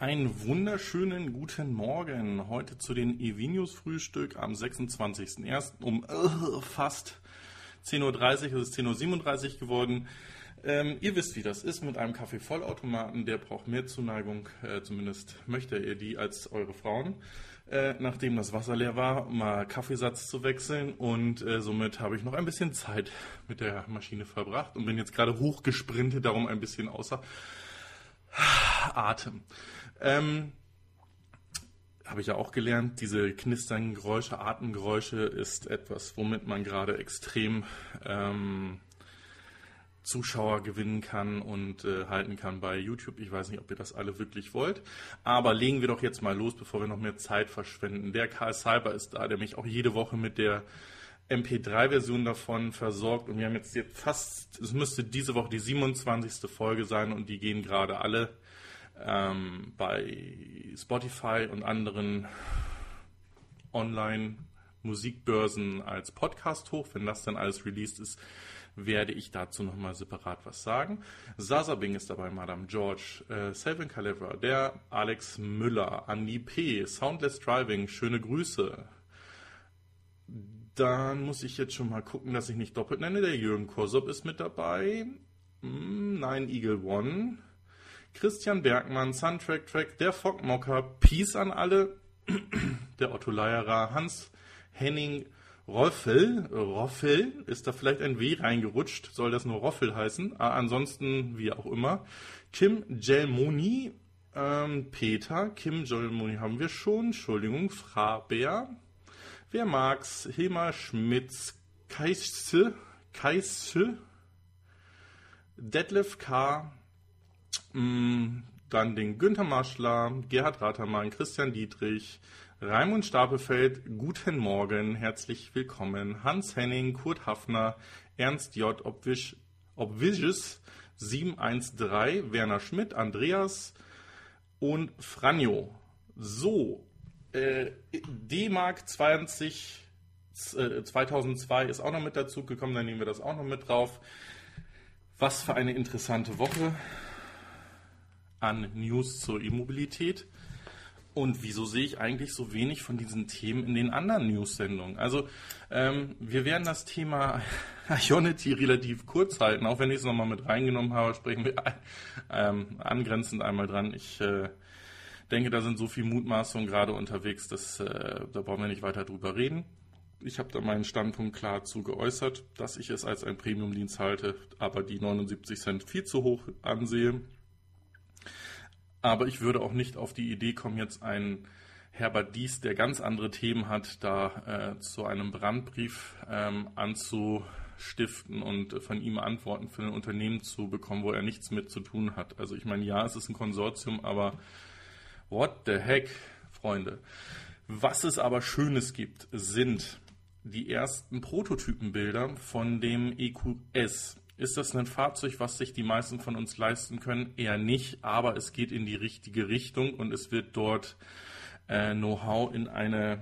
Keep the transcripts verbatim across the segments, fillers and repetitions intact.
Einen wunderschönen guten Morgen. Heute zu den eVnews-Frühstück am sechsundzwanzigsten ersten um äh, fast zehn Uhr dreißig, es ist zehn Uhr siebenunddreißig geworden. Ähm, ihr wisst, wie das ist mit einem Kaffeevollautomaten. Der braucht mehr Zuneigung, äh, zumindest möchte er die, als eure Frauen. Äh, nachdem das Wasser leer war, mal Kaffeesatz zu wechseln. Und äh, somit habe ich noch ein bisschen Zeit mit der Maschine verbracht und bin jetzt gerade hochgesprintet, darum ein bisschen außer Atem. Ähm, habe ich ja auch gelernt, diese knisternden Geräusche, Atemgeräusche ist etwas, womit man gerade extrem ähm, Zuschauer gewinnen kann und äh, halten kann bei YouTube. Ich weiß nicht, ob ihr das alle wirklich wollt, aber legen wir doch jetzt mal los, bevor wir noch mehr Zeit verschwenden. Der Karl Cyber ist da, der mich auch jede Woche mit der M P drei Version davon versorgt und wir haben jetzt, jetzt fast, es müsste diese Woche die siebenundzwanzigste Folge sein und die gehen gerade alle ähm, bei Spotify und anderen Online-Musikbörsen als Podcast hoch. Wenn das dann alles released ist, werde ich dazu nochmal separat was sagen. Sasa Bing ist dabei, Madame George, äh, Selvin Calevra, der Alex Müller, Andy P., Soundless Driving, schöne Grüße. Dann muss ich jetzt schon mal gucken, dass ich nicht doppelt nenne. Der Jürgen Korsop ist mit dabei. Nine Eagle One. Christian Bergmann, Suntrack Track, der Fogmocker, Peace an alle. Der Otto Leierer, Hans Henning Roffel. Roffel, ist da vielleicht ein W reingerutscht? Soll das nur Roffel heißen? Ah, ansonsten, wie auch immer. Kim Gelmoni, ähm, Peter. Kim Gelmoni haben wir schon. Entschuldigung, Fraber. Wer mag's? Hilmar Schmitz, Kaisse, Kaisse, Detlef K., mh, dann den Günther Maschler, Gerhard Ratermann, Christian Dietrich, Raimund Stapelfeld, guten Morgen, herzlich willkommen, Hans Henning, Kurt Hafner, Ernst J., Obwisch, Obwisches, sieben eins drei, Werner Schmidt, Andreas und Franjo. So, Äh, D-Mark zwanzig, äh, zweitausendzwei ist auch noch mit dazu gekommen, dann nehmen wir das auch noch mit drauf. Was für eine interessante Woche an News zur E-Mobilität. Und wieso sehe ich eigentlich so wenig von diesen Themen in den anderen News-Sendungen? Also ähm, wir werden das Thema Ionity relativ kurz halten, auch wenn ich es nochmal mit reingenommen habe, sprechen wir ähm, angrenzend einmal dran. Ich äh, Ich denke, da sind so viele Mutmaßungen gerade unterwegs, dass äh, da brauchen wir nicht weiter drüber reden. Ich habe da meinen Standpunkt klar zu geäußert, dass ich es als einen Premium-Dienst halte, aber die neunundsiebzig Cent viel zu hoch ansehe. Aber ich würde auch nicht auf die Idee kommen, jetzt einen Herbert Dies, der ganz andere Themen hat, da äh, zu einem Brandbrief ähm, anzustiften und von ihm Antworten für ein Unternehmen zu bekommen, wo er nichts mit zu tun hat. Also ich meine, ja, es ist ein Konsortium, aber what the heck, Freunde. Was es aber Schönes gibt, sind die ersten Prototypenbilder von dem E Q S. Ist das ein Fahrzeug, was sich die meisten von uns leisten können? Eher nicht, aber es geht in die richtige Richtung und es wird dort äh, Know-how in eine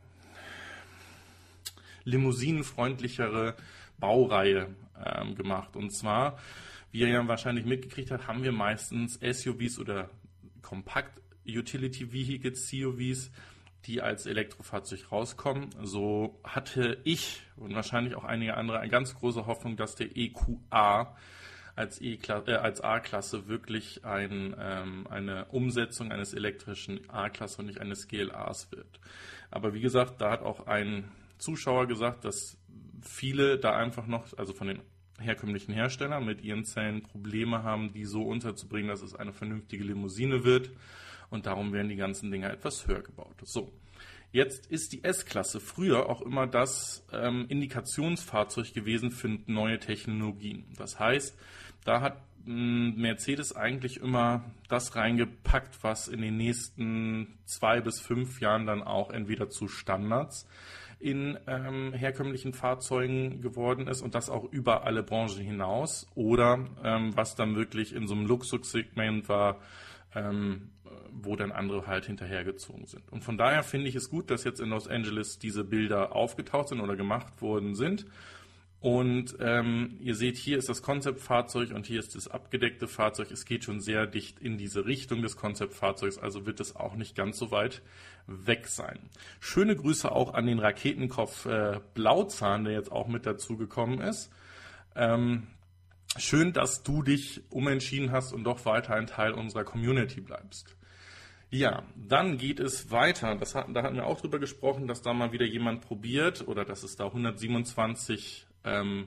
limousinenfreundlichere Baureihe ähm, gemacht. Und zwar, wie ihr ja wahrscheinlich mitgekriegt habt, haben wir meistens S U Vs oder Kompakt Utility Vehicles, C U Vs, die als Elektrofahrzeug rauskommen. So hatte ich und wahrscheinlich auch einige andere eine ganz große Hoffnung, dass der E Q A als, e äh, als A-Klasse wirklich ein, ähm, eine Umsetzung eines elektrischen A-Klasse und nicht eines G L As wird. Aber wie gesagt, da hat auch ein Zuschauer gesagt, dass viele da einfach noch, also von den herkömmlichen Herstellern mit ihren Zellen Probleme haben, die so unterzubringen, dass es eine vernünftige Limousine wird. Und darum werden die ganzen Dinger etwas höher gebaut. So, jetzt ist die S-Klasse früher auch immer das ähm, Indikationsfahrzeug gewesen für neue Technologien. Das heißt, da hat mh, Mercedes eigentlich immer das reingepackt, was in den nächsten zwei bis fünf Jahren dann auch entweder zu Standards in ähm, herkömmlichen Fahrzeugen geworden ist und das auch über alle Branchen hinaus oder ähm, was dann wirklich in so einem Luxussegment war, ähm, wo dann andere halt hinterhergezogen sind. Und von daher finde ich es gut, dass jetzt in Los Angeles diese Bilder aufgetaucht sind oder gemacht worden sind Und ähm, ihr seht, hier ist das Konzeptfahrzeug und hier ist das abgedeckte Fahrzeug. Es geht schon sehr dicht in diese Richtung des Konzeptfahrzeugs, also wird es auch nicht ganz so weit weg sein. Schöne Grüße auch an den Raketenkopf äh, Blauzahn, der jetzt auch mit dazu gekommen ist. Ähm, schön, dass du dich umentschieden hast und doch weiter ein Teil unserer Community bleibst. Ja, dann geht es weiter. Das hatten, da hatten wir auch drüber gesprochen, dass da mal wieder jemand probiert oder dass es da hundertsiebenundzwanzig ähm,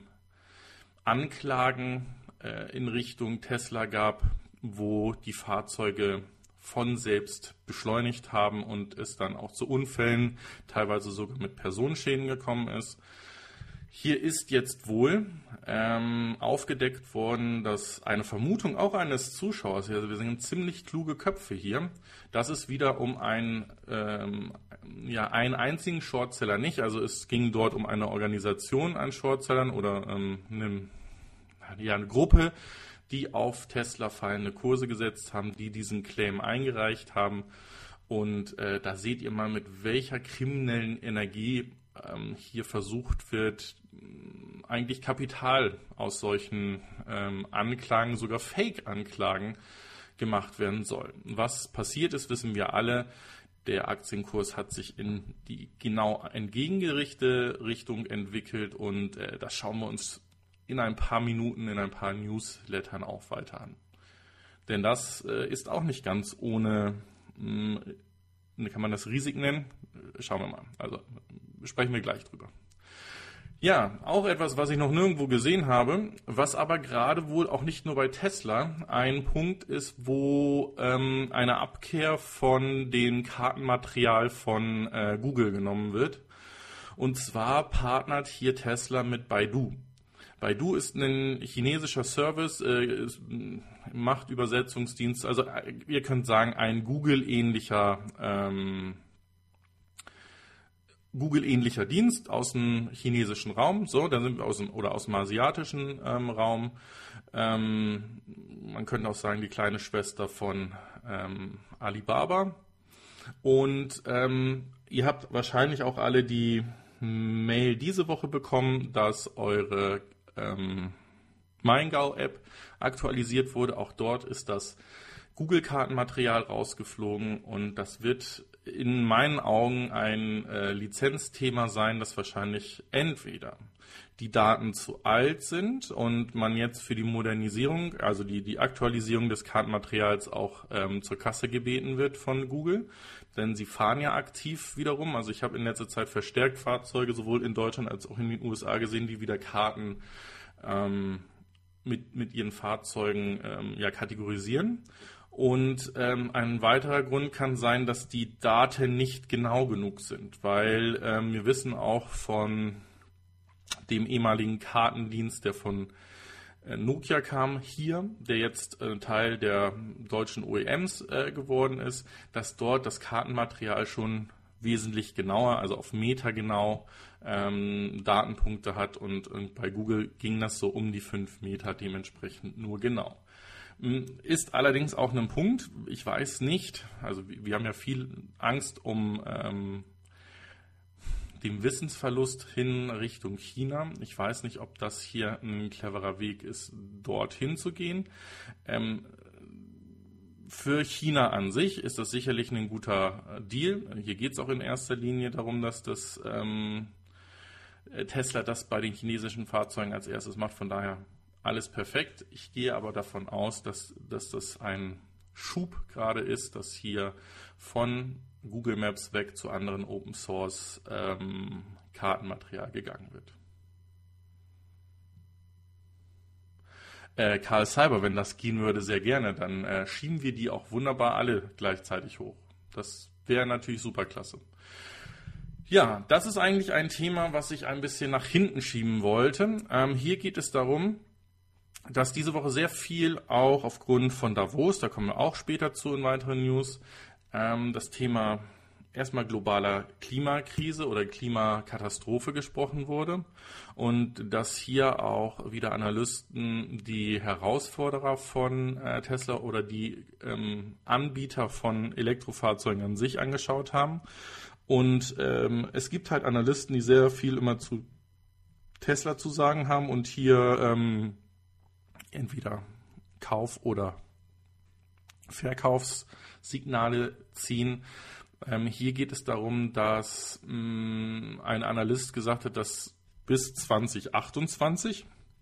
Anklagen äh, in Richtung Tesla gab, wo die Fahrzeuge von selbst beschleunigt haben und es dann auch zu Unfällen, teilweise sogar mit Personenschäden gekommen ist. Hier ist jetzt wohl ähm, aufgedeckt worden, dass eine Vermutung auch eines Zuschauers, also wir sind ziemlich kluge Köpfe hier, dass es wieder um ein, ähm, ja, einen einzigen Shortseller nicht, also es ging dort um eine Organisation an Shortsellern oder ähm, eine, ja, eine Gruppe, die auf Tesla fallende Kurse gesetzt haben, die diesen Claim eingereicht haben. Und äh, da seht ihr mal, mit welcher kriminellen Energie ähm, hier versucht wird, eigentlich Kapital aus solchen ähm, Anklagen, sogar Fake-Anklagen gemacht werden soll. Was passiert ist, wissen wir alle. Der Aktienkurs hat sich in die genau entgegengerichtete Richtung entwickelt und äh, das schauen wir uns in ein paar Minuten, in ein paar Newslettern auch weiter an. Denn das äh, ist auch nicht ganz ohne, mh, kann man das Risiken nennen? Schauen wir mal. Also sprechen wir gleich drüber. Ja, auch etwas, was ich noch nirgendwo gesehen habe, was aber gerade wohl auch nicht nur bei Tesla ein Punkt ist, wo ähm, eine Abkehr von dem Kartenmaterial von äh, Google genommen wird. Und zwar partnert hier Tesla mit Baidu. Baidu ist ein chinesischer Service, äh, macht Übersetzungsdienst, also äh, ihr könnt sagen, ein Google-ähnlicher ähm, Google-ähnlicher Dienst aus dem chinesischen Raum, so, da sind wir aus dem, oder aus dem asiatischen ähm, Raum. Ähm, man könnte auch sagen, die kleine Schwester von ähm, Alibaba. Und ähm, ihr habt wahrscheinlich auch alle die Mail diese Woche bekommen, dass eure ähm, MeinGao-App aktualisiert wurde. Auch dort ist das Google-Kartenmaterial rausgeflogen und das wird in meinen Augen ein äh, Lizenzthema sein, das wahrscheinlich entweder die Daten zu alt sind und man jetzt für die Modernisierung, also die, die Aktualisierung des Kartenmaterials auch ähm, zur Kasse gebeten wird von Google, denn sie fahren ja aktiv wiederum. Also ich habe in letzter Zeit verstärkt Fahrzeuge sowohl in Deutschland als auch in den U S A gesehen, die wieder Karten ähm, mit, mit ihren Fahrzeugen ähm, ja, kategorisieren. Und ähm, ein weiterer Grund kann sein, dass die Daten nicht genau genug sind, weil ähm, wir wissen auch von dem ehemaligen Kartendienst, der von äh, Nokia kam, hier, der jetzt äh, Teil der deutschen O E Ms äh, geworden ist, dass dort das Kartenmaterial schon wesentlich genauer, also auf Meter genau ähm, Datenpunkte hat und, und bei Google ging das so um die fünf Meter dementsprechend nur genau. Ist allerdings auch ein Punkt, ich weiß nicht, also wir haben ja viel Angst um ähm, den Wissensverlust hin Richtung China. Ich weiß nicht, ob das hier ein cleverer Weg ist, dorthin zu gehen. Ähm, für China an sich ist das sicherlich ein guter Deal. Hier geht es auch in erster Linie darum, dass das ähm, Tesla das bei den chinesischen Fahrzeugen als erstes macht, von daher alles perfekt. Ich gehe aber davon aus, dass, dass das ein Schub gerade ist, dass hier von Google Maps weg zu anderen Open Source ähm, Kartenmaterial gegangen wird. Äh, Karl Cyber, wenn das gehen würde, sehr gerne, dann äh, schieben wir die auch wunderbar alle gleichzeitig hoch. Das wäre natürlich super klasse. Ja, das ist eigentlich ein Thema, was ich ein bisschen nach hinten schieben wollte. Ähm, hier geht es darum, dass diese Woche sehr viel auch aufgrund von Davos, da kommen wir auch später zu in weiteren News, ähm, das Thema erstmal globaler Klimakrise oder Klimakatastrophe gesprochen wurde und dass hier auch wieder Analysten die Herausforderer von äh, Tesla oder die ähm, Anbieter von Elektrofahrzeugen an sich angeschaut haben. Und ähm, es gibt halt Analysten, die sehr viel immer zu Tesla zu sagen haben und hier ähm, entweder Kauf- oder Verkaufssignale ziehen. Ähm, hier geht es darum, dass mh, ein Analyst gesagt hat, dass bis zwanzig achtundzwanzig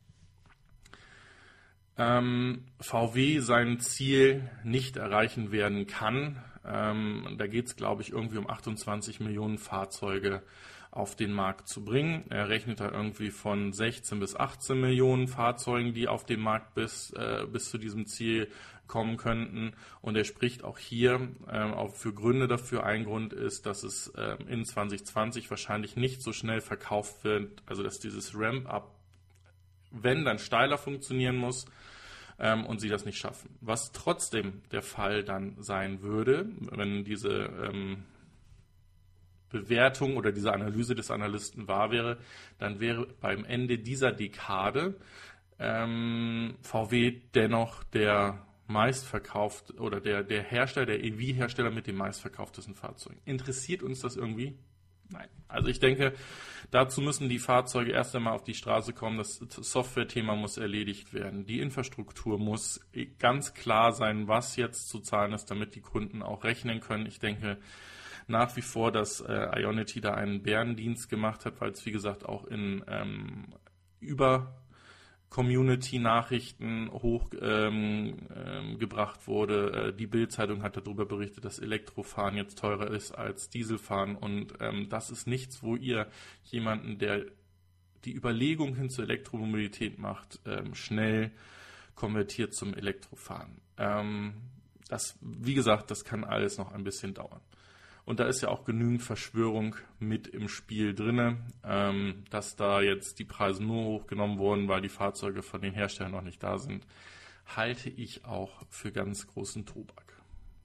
ähm, V W sein Ziel nicht erreichen werden kann. Ähm, da geht es, glaube ich, irgendwie um achtundzwanzig Millionen Fahrzeuge auf den Markt zu bringen. Er rechnet da irgendwie von sechzehn bis achtzehn Millionen Fahrzeugen, die auf den Markt bis, äh, bis zu diesem Ziel kommen könnten. Und er spricht auch hier äh, auch für Gründe dafür. Ein Grund ist, dass es äh, in zwanzig zwanzig wahrscheinlich nicht so schnell verkauft wird, also dass dieses Ramp-up, wenn dann steiler funktionieren muss, ähm, und sie das nicht schaffen. Was trotzdem der Fall dann sein würde, wenn diese ähm, Bewertung oder diese Analyse des Analysten wahr wäre, dann wäre beim Ende dieser Dekade ähm, V W dennoch der meistverkauft oder der, der Hersteller, der E V-Hersteller mit den meistverkauftesten Fahrzeugen. Interessiert uns das irgendwie? Nein. Also ich denke, dazu müssen die Fahrzeuge erst einmal auf die Straße kommen. Das Software-Thema muss erledigt werden. Die Infrastruktur muss ganz klar sein, was jetzt zu zahlen ist, damit die Kunden auch rechnen können. Ich denke nach wie vor, dass äh, Ionity da einen Bärendienst gemacht hat, weil es wie gesagt auch in ähm, über Community-Nachrichten hochgebracht ähm, ähm, gebracht wurde. Äh, die Bild-Zeitung hat darüber berichtet, dass Elektrofahren jetzt teurer ist als Dieselfahren und ähm, das ist nichts, wo ihr jemanden, der die Überlegung hin zur Elektromobilität macht, ähm, schnell konvertiert zum Elektrofahren. Ähm, das, wie gesagt, das kann alles noch ein bisschen dauern. Und da ist ja auch genügend Verschwörung mit im Spiel drin, ähm, dass da jetzt die Preise nur hochgenommen wurden, weil die Fahrzeuge von den Herstellern noch nicht da sind, halte ich auch für ganz großen Tobak.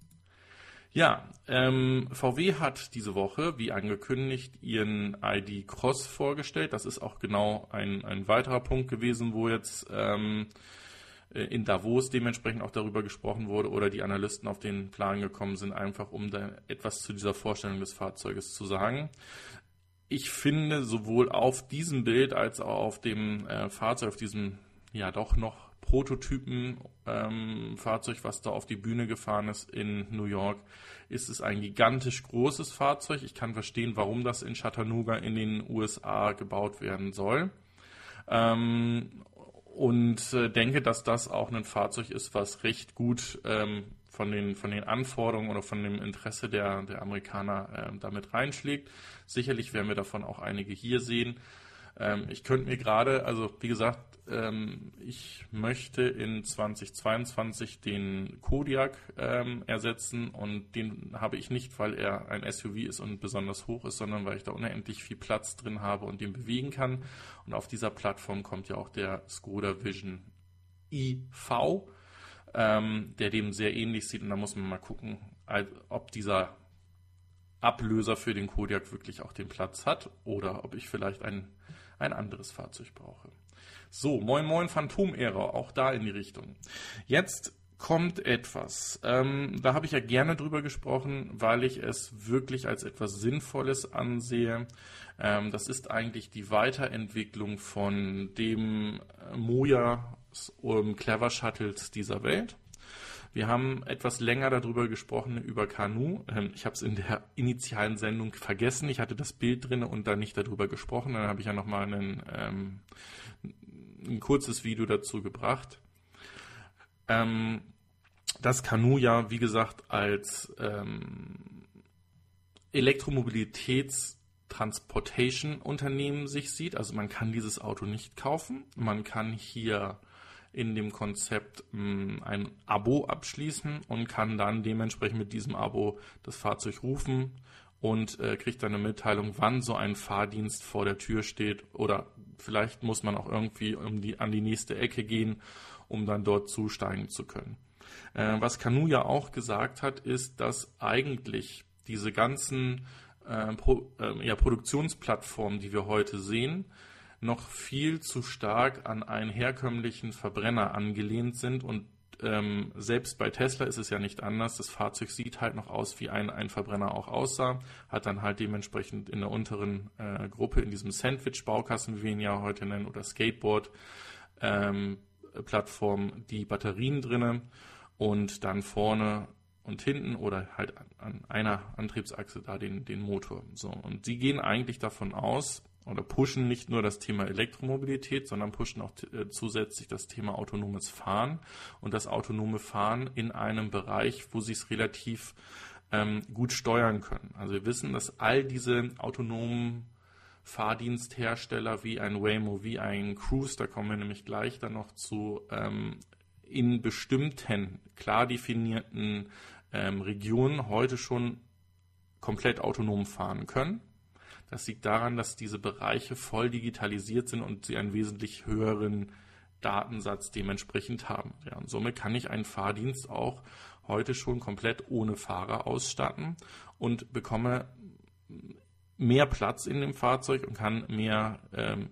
Ja, ähm, V W hat diese Woche, wie angekündigt, ihren I D Cross vorgestellt. Das ist auch genau ein, ein weiterer Punkt gewesen, wo jetzt ähm, in Davos dementsprechend auch darüber gesprochen wurde oder die Analysten auf den Plan gekommen sind, einfach um da etwas zu dieser Vorstellung des Fahrzeuges zu sagen. Ich finde sowohl auf diesem Bild als auch auf dem äh, Fahrzeug, auf diesem ja doch noch Prototypen ähm, Fahrzeug, was da auf die Bühne gefahren ist in New York, ist es ein gigantisch großes Fahrzeug. Ich kann verstehen, warum das in Chattanooga in den U S A gebaut werden soll. Ähm, Und äh, denke, dass das auch ein Fahrzeug ist, was recht gut ähm, von, den, von den Anforderungen oder von dem Interesse der, der Amerikaner äh, damit reinschlägt. Sicherlich werden wir davon auch einige hier sehen. Ähm, ich könnte mir gerade, also wie gesagt, ähm, ich möchte in zweitausendzweiundzwanzig den Kodiaq ähm, ersetzen und den habe ich nicht, weil er ein S U V ist und besonders hoch ist, sondern weil ich da unendlich viel Platz drin habe und den bewegen kann. Und auf dieser Plattform kommt ja auch der Skoda Vision I V, ähm, der dem sehr ähnlich sieht. Und da muss man mal gucken, ob dieser Ablöser für den Kodiaq wirklich auch den Platz hat oder ob ich vielleicht ein, ein anderes Fahrzeug brauche. So, moin moin Phantom-Ära, auch da in die Richtung. Jetzt kommt etwas, ähm, da habe ich ja gerne drüber gesprochen, weil ich es wirklich als etwas Sinnvolles ansehe. Ähm, das ist eigentlich die Weiterentwicklung von dem Moja um Clever Shuttles dieser Welt. Wir haben etwas länger darüber gesprochen, über Canoo. Ich habe es in der initialen Sendung vergessen. Ich hatte das Bild drin und dann nicht darüber gesprochen. Dann habe ich ja nochmal einen, ähm, ein kurzes Video dazu gebracht. Ähm, das Canoo ja, wie gesagt, als ähm, Elektromobilitäts-Transportation-Unternehmen sich sieht. Also man kann dieses Auto nicht kaufen. Man kann hier in dem Konzept mh, ein Abo abschließen und kann dann dementsprechend mit diesem Abo das Fahrzeug rufen und äh, kriegt dann eine Mitteilung, wann so ein Fahrdienst vor der Tür steht oder vielleicht muss man auch irgendwie um die, an die nächste Ecke gehen, um dann dort zusteigen zu können. Äh, was Canoo ja auch gesagt hat, ist, dass eigentlich diese ganzen äh, Pro, äh, ja, Produktionsplattformen, die wir heute sehen, noch viel zu stark an einen herkömmlichen Verbrenner angelehnt sind und ähm, selbst bei Tesla ist es ja nicht anders. Das Fahrzeug sieht halt noch aus, wie ein, ein Verbrenner auch aussah, hat dann halt dementsprechend in der unteren äh, Gruppe, in diesem Sandwich-Baukasten, wie wir ihn ja heute nennen, oder Skateboard, ähm, Plattform, die Batterien drinne und dann vorne und hinten oder halt an, an einer Antriebsachse da den, den Motor. So, und sie gehen eigentlich davon aus oder pushen nicht nur das Thema Elektromobilität, sondern pushen auch t- äh, zusätzlich das Thema autonomes Fahren und das autonome Fahren in einem Bereich, wo sie es relativ ähm, gut steuern können. Also wir wissen, dass all diese autonomen Fahrdiensthersteller wie ein Waymo, wie ein Cruise, da kommen wir nämlich gleich dann noch zu, ähm, in bestimmten, klar definierten ähm, Regionen heute schon komplett autonom fahren können. Das liegt daran, dass diese Bereiche voll digitalisiert sind und sie einen wesentlich höheren Datensatz dementsprechend haben. Ja, und somit kann ich einen Fahrdienst auch heute schon komplett ohne Fahrer ausstatten und bekomme mehr Platz in dem Fahrzeug und kann mehr ähm,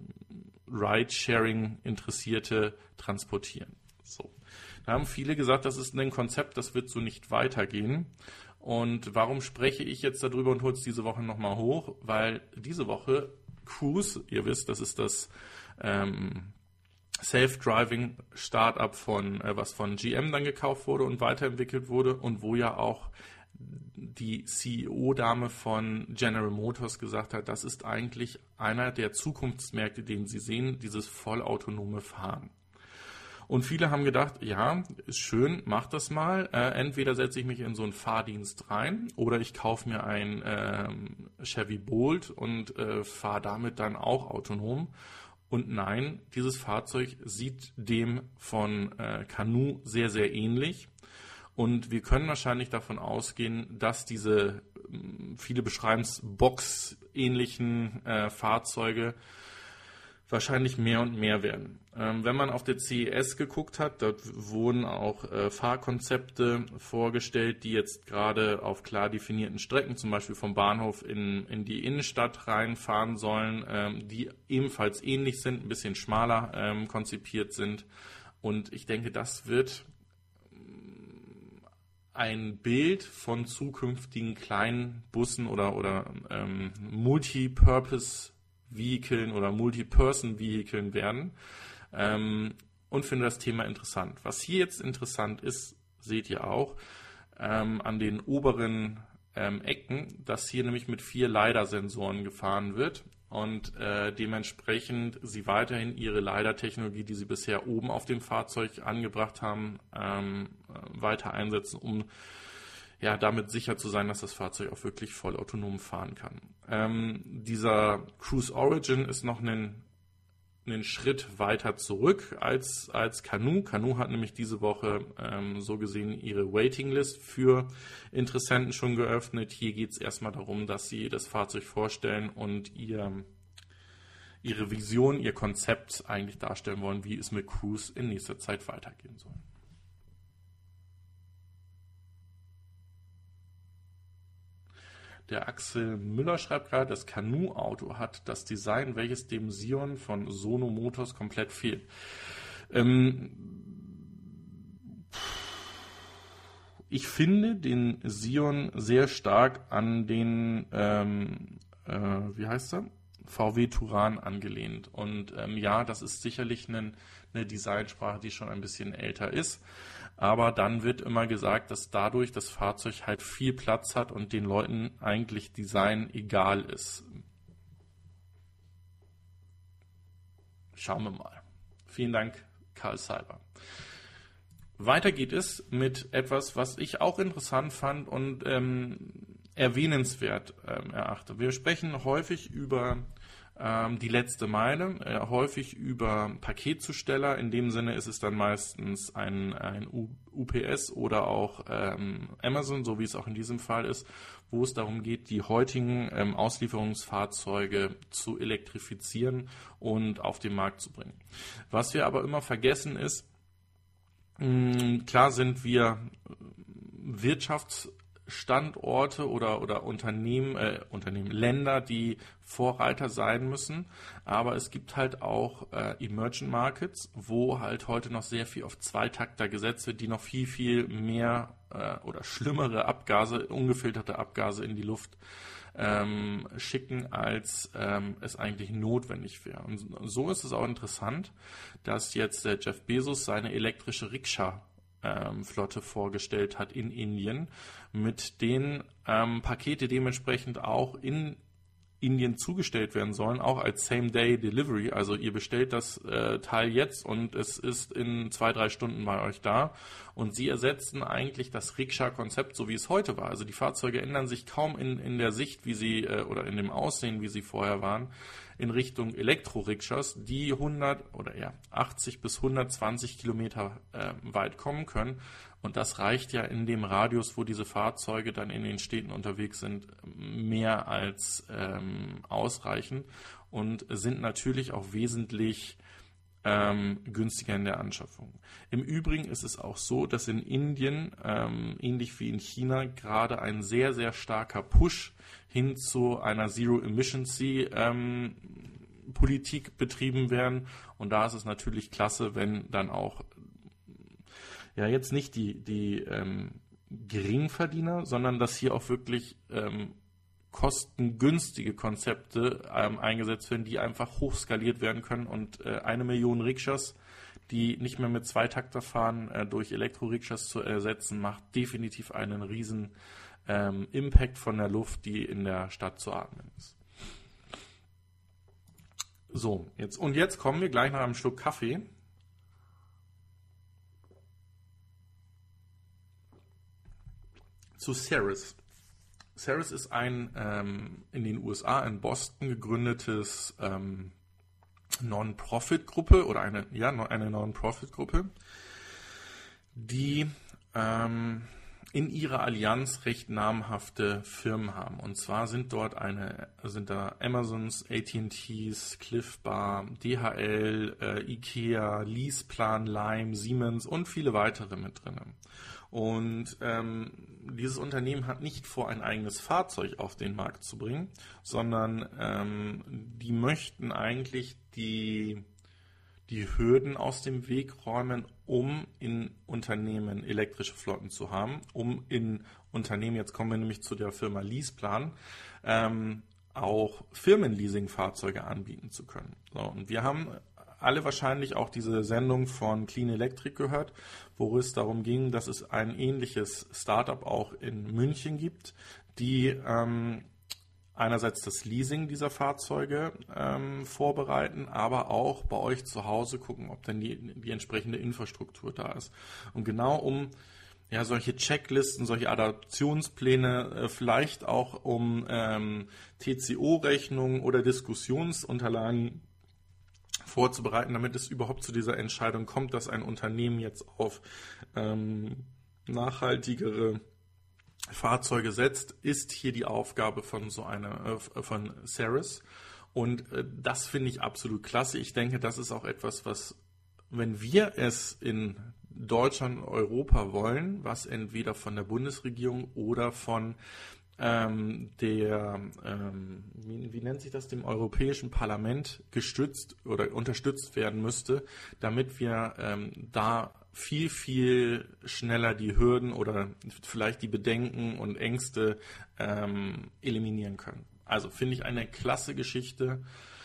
Ride-Sharing-Interessierte transportieren. So. Da haben viele gesagt, das ist ein Konzept, das wird so nicht weitergehen. Und warum spreche ich jetzt darüber und hole es diese Woche nochmal hoch? Weil diese Woche Cruise, ihr wisst, das ist das ähm, Self-Driving-Startup von, äh, was von G M dann gekauft wurde und weiterentwickelt wurde und wo ja auch die C E O-Dame von General Motors gesagt hat, das ist eigentlich einer der Zukunftsmärkte, den sie sehen, dieses vollautonome Fahren. Und viele haben gedacht, ja, ist schön, mach das mal. Äh, entweder setze ich mich in so einen Fahrdienst rein oder ich kaufe mir ein ähm, Chevy Bolt und äh, fahre damit dann auch autonom. Und nein, dieses Fahrzeug sieht dem von äh, Canoo sehr, sehr ähnlich. Und wir können wahrscheinlich davon ausgehen, dass diese, viele beschreiben es, boxähnlichen äh, Fahrzeuge wahrscheinlich mehr und mehr werden. Ähm, wenn man auf der C E S geguckt hat, dort wurden auch äh, Fahrkonzepte vorgestellt, die jetzt gerade auf klar definierten Strecken, zum Beispiel vom Bahnhof in, in die Innenstadt reinfahren sollen, ähm, die ebenfalls ähnlich sind, ein bisschen schmaler ähm, konzipiert sind. Und ich denke, das wird ein Bild von zukünftigen kleinen Bussen oder, oder ähm, Multipurpose-Vehikeln oder Multi-Person-Vehikeln werden ähm, und finde das Thema interessant. Was hier jetzt interessant ist, seht ihr auch ähm, an den oberen ähm, Ecken, dass hier nämlich mit vier LiDAR-Sensoren gefahren wird und äh, dementsprechend sie weiterhin ihre LiDAR-Technologie, die sie bisher oben auf dem Fahrzeug angebracht haben, ähm, weiter einsetzen, um ja, damit sicher zu sein, dass das Fahrzeug auch wirklich voll autonom fahren kann. Ähm, dieser Cruise Origin ist noch einen, einen Schritt weiter zurück als, als Canoo. Canoo hat nämlich diese Woche ähm, so gesehen ihre Waiting-List für Interessenten schon geöffnet. Hier geht es erstmal darum, dass sie das Fahrzeug vorstellen und ihr, ihre Vision, ihr Konzept eigentlich darstellen wollen, wie es mit Cruise in nächster Zeit weitergehen soll. Der Axel Müller schreibt gerade, das Canoo-Auto hat das Design, welches dem Sion von Sono Motors komplett fehlt. Ähm, ich finde den Sion sehr stark an den, ähm, äh, wie heißt er? V W Touran angelehnt. Und ähm, ja, das ist sicherlich eine, eine Designsprache, die schon ein bisschen älter ist. Aber dann wird immer gesagt, dass dadurch das Fahrzeug halt viel Platz hat und den Leuten eigentlich Design egal ist. Schauen wir mal. Vielen Dank, Karl Seiber. Weiter geht es mit etwas, was ich auch interessant fand und ähm, erwähnenswert ähm, erachte. Wir sprechen häufig über ähm, die letzte Meile, äh, häufig über Paketzusteller. In dem Sinne ist es dann meistens ein, ein U P S oder auch ähm, Amazon, so wie es auch in diesem Fall ist, wo es darum geht, die heutigen ähm, Auslieferungsfahrzeuge zu elektrifizieren und auf den Markt zu bringen. Was wir aber immer vergessen ist, mh, klar sind wir Wirtschafts Standorte oder, oder Unternehmen, äh, Unternehmen, Länder, die Vorreiter sein müssen. Aber es gibt halt auch äh, Emerging Markets, wo halt heute noch sehr viel auf Zweitakter gesetzt wird, die noch viel, viel mehr äh, oder schlimmere Abgase, ungefilterte Abgase in die Luft ähm, schicken, als ähm, es eigentlich notwendig wäre. Und so ist es auch interessant, dass jetzt der Jeff Bezos seine elektrische Rikscha Ähm, Flotte vorgestellt hat in Indien, mit denen ähm, Pakete dementsprechend auch in Indien zugestellt werden sollen, auch als Same-Day-Delivery. Also ihr bestellt das äh, Teil jetzt und es ist in zwei, drei Stunden bei euch da. Und sie ersetzen eigentlich das Rikscha-Konzept, so wie es heute war. Also die Fahrzeuge ändern sich kaum in, in der Sicht, wie sie äh, oder in dem Aussehen, wie sie vorher waren, in Richtung Elektro-Rikschas, die hundert oder eher achtzig bis hundertzwanzig Kilometer äh, weit kommen können. Und das reicht ja in dem Radius, wo diese Fahrzeuge dann in den Städten unterwegs sind, mehr als ähm, ausreichend und sind natürlich auch wesentlich ähm, günstiger in der Anschaffung. Im Übrigen ist es auch so, dass in Indien, ähm, ähnlich wie in China, gerade ein sehr, sehr starker Push hin zu einer Zero-Emission-Politik ähm, betrieben werden. Und da ist es natürlich klasse, wenn dann auch ja jetzt nicht die, die ähm, Geringverdiener, sondern dass hier auch wirklich ähm, kostengünstige Konzepte ähm, eingesetzt werden, die einfach hochskaliert werden können und äh, eine Million Rikschas, die nicht mehr mit Zweitakter fahren, äh, durch Elektro-Rikschas zu ersetzen, macht definitiv einen riesen ähm, Impact von der Luft, die in der Stadt zu atmen ist. So, jetzt und jetzt kommen wir gleich nach einem Schluck Kaffee zu Ceres. Ceres ist ein ähm, in den U S A in Boston gegründetes ähm, Non-Profit-Gruppe oder eine, ja, eine Non-Profit-Gruppe, die ähm, in ihrer Allianz recht namhafte Firmen haben. Und zwar sind dort eine, sind da Amazons, A T and T's, Cliff Bar, D H L, äh, Ikea, Leaseplan, Lime, Siemens und viele weitere mit drin. Und ähm, dieses Unternehmen hat nicht vor, ein eigenes Fahrzeug auf den Markt zu bringen, sondern ähm, die möchten eigentlich die, die Hürden aus dem Weg räumen, um in Unternehmen elektrische Flotten zu haben, um in Unternehmen, jetzt kommen wir nämlich zu der Firma Leaseplan, ähm, auch Firmenleasing-Fahrzeuge anbieten zu können. So, und wir haben alle wahrscheinlich auch diese Sendung von Clean Electric gehört, wo es darum ging, dass es ein ähnliches Startup auch in München gibt, die ähm, einerseits das Leasing dieser Fahrzeuge ähm, vorbereiten, aber auch bei euch zu Hause gucken, ob denn die, die entsprechende Infrastruktur da ist. Und genau um ja solche Checklisten, solche Adaptionspläne, äh, vielleicht auch um ähm, T C O-Rechnungen oder Diskussionsunterlagen vorzubereiten, damit es überhaupt zu dieser Entscheidung kommt, dass ein Unternehmen jetzt auf ähm, nachhaltigere Fahrzeuge setzt, ist hier die Aufgabe von so einer äh, von Ceres. Und äh, das finde ich absolut klasse. Ich denke, das ist auch etwas, was, wenn wir es in Deutschland, Europa wollen, was entweder von der Bundesregierung oder von ähm, der, ähm, wie, wie nennt sich das, dem Europäischen Parlament gestützt oder unterstützt werden müsste, damit wir ähm, da viel, viel schneller die Hürden oder vielleicht die Bedenken und Ängste ähm, eliminieren können. Also finde ich eine klasse Geschichte.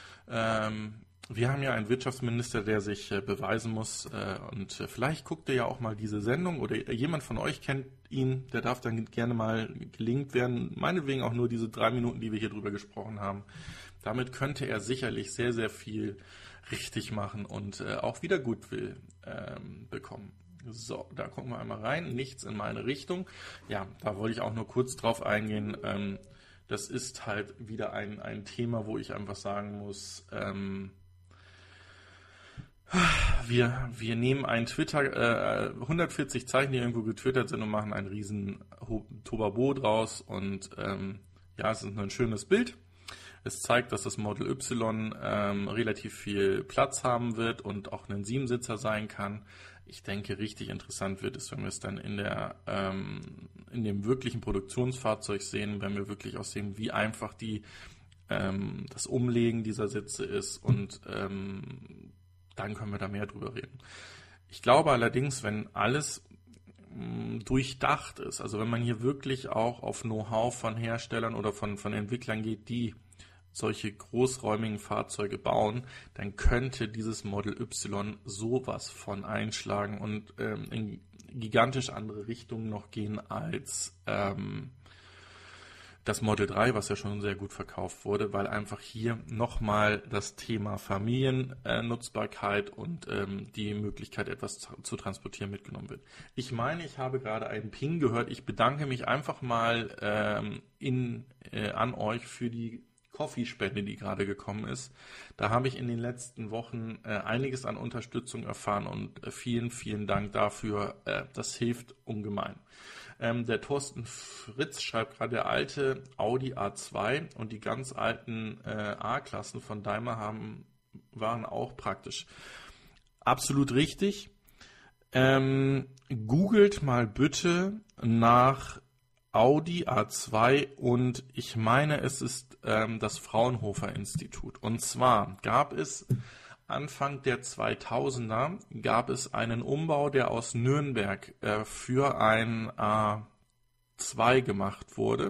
Ähm, wir haben ja einen Wirtschaftsminister, der sich äh, beweisen muss äh, und äh, vielleicht guckt ihr ja auch mal diese Sendung oder jemand von euch kennt ihn, der darf dann gerne mal gelingt werden, meinetwegen auch nur diese drei Minuten, die wir hier drüber gesprochen haben. Damit könnte er sicherlich sehr, sehr viel richtig machen und äh, auch wieder Goodwill ähm, bekommen. So, da gucken wir einmal rein. Nichts in meine Richtung. Ja, da wollte ich auch nur kurz drauf eingehen. Ähm, das ist halt wieder ein, ein Thema, wo ich einfach sagen muss, ähm, wir, wir nehmen ein Twitter, äh, hundertvierzig Zeichen, die irgendwo getwittert sind und machen einen riesen Tobabo draus und ähm, ja, es ist ein schönes Bild. Es zeigt, dass das Model Y ähm, relativ viel Platz haben wird und auch ein Siebensitzer sein kann. Ich denke, richtig interessant wird es, wenn wir es dann in der ähm, in dem wirklichen Produktionsfahrzeug sehen, wenn wir wirklich auch sehen, wie einfach die ähm, das Umlegen dieser Sitze ist, und ähm, dann können wir da mehr drüber reden. Ich glaube allerdings, wenn alles mh, durchdacht ist, also wenn man hier wirklich auch auf Know-how von Herstellern oder von, von Entwicklern geht, die solche großräumigen Fahrzeuge bauen, dann könnte dieses Model Y sowas von einschlagen und ähm, in gigantisch andere Richtungen noch gehen als ähm, das Model drei, was ja schon sehr gut verkauft wurde, weil einfach hier nochmal das Thema Familiennutzbarkeit und ähm, die Möglichkeit, etwas zu, zu transportieren, mitgenommen wird. Ich meine, ich habe gerade einen Ping gehört. Ich bedanke mich einfach mal ähm, in, äh, an euch für die Coffee-Spende, die gerade gekommen ist. Da habe ich in den letzten Wochen äh, einiges an Unterstützung erfahren, und äh, vielen, vielen Dank dafür. Äh, das hilft ungemein. Ähm, der Thorsten Fritz schreibt gerade, der alte Audi A zwei und die ganz alten äh, A-Klassen von Daimler haben, waren auch praktisch. Absolut richtig. Ähm, googelt mal bitte nach Audi A zwei, und ich meine, es ist ähm, das Fraunhofer Institut. Und zwar gab es Anfang der zweitausender gab es einen Umbau, der aus Nürnberg äh, für ein A zwei gemacht wurde,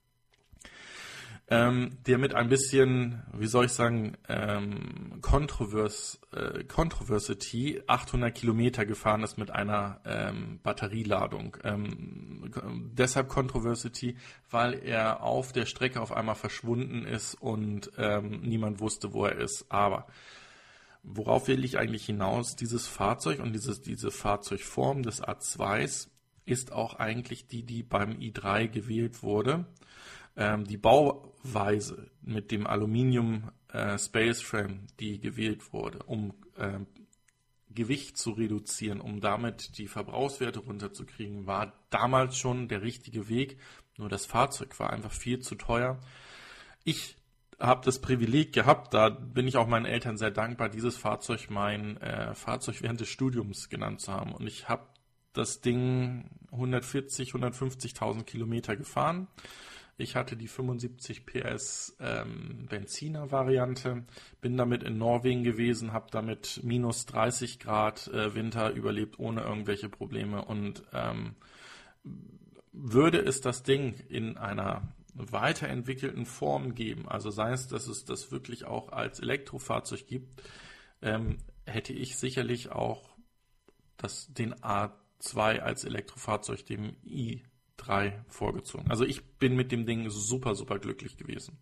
ähm, der mit ein bisschen, wie soll ich sagen, ähm, Controverse, äh, Controversity achthundert Kilometer gefahren ist mit einer ähm, Batterieladung. Ähm, deshalb Controversity, weil er auf der Strecke auf einmal verschwunden ist und ähm, niemand wusste, wo er ist. Aber worauf will ich eigentlich hinaus? Dieses Fahrzeug und dieses, diese Fahrzeugform des A zwei ist auch eigentlich die, die beim i drei gewählt wurde. Ähm, die Bauweise mit dem Aluminium äh, Space Frame, die gewählt wurde, um äh, Gewicht zu reduzieren, um damit die Verbrauchswerte runterzukriegen, war damals schon der richtige Weg. Nur das Fahrzeug war einfach viel zu teuer. Ich habe das Privileg gehabt, da bin ich auch meinen Eltern sehr dankbar, dieses Fahrzeug mein äh, Fahrzeug während des Studiums genannt zu haben. Und ich habe das Ding hundertvierzig, hundertfünfzigtausend Kilometer gefahren. Ich hatte die fünfundsiebzig P S ähm, Benziner-Variante, bin damit in Norwegen gewesen, habe damit minus dreißig Grad äh, Winter überlebt, ohne irgendwelche Probleme. Und ähm, würde es das Ding in einer weiterentwickelten Form geben, also sei es, dass es das wirklich auch als Elektrofahrzeug gibt, ähm, hätte ich sicherlich auch das, den A zwei als Elektrofahrzeug dem i drei vorgezogen. Also ich bin mit dem Ding super, super glücklich gewesen.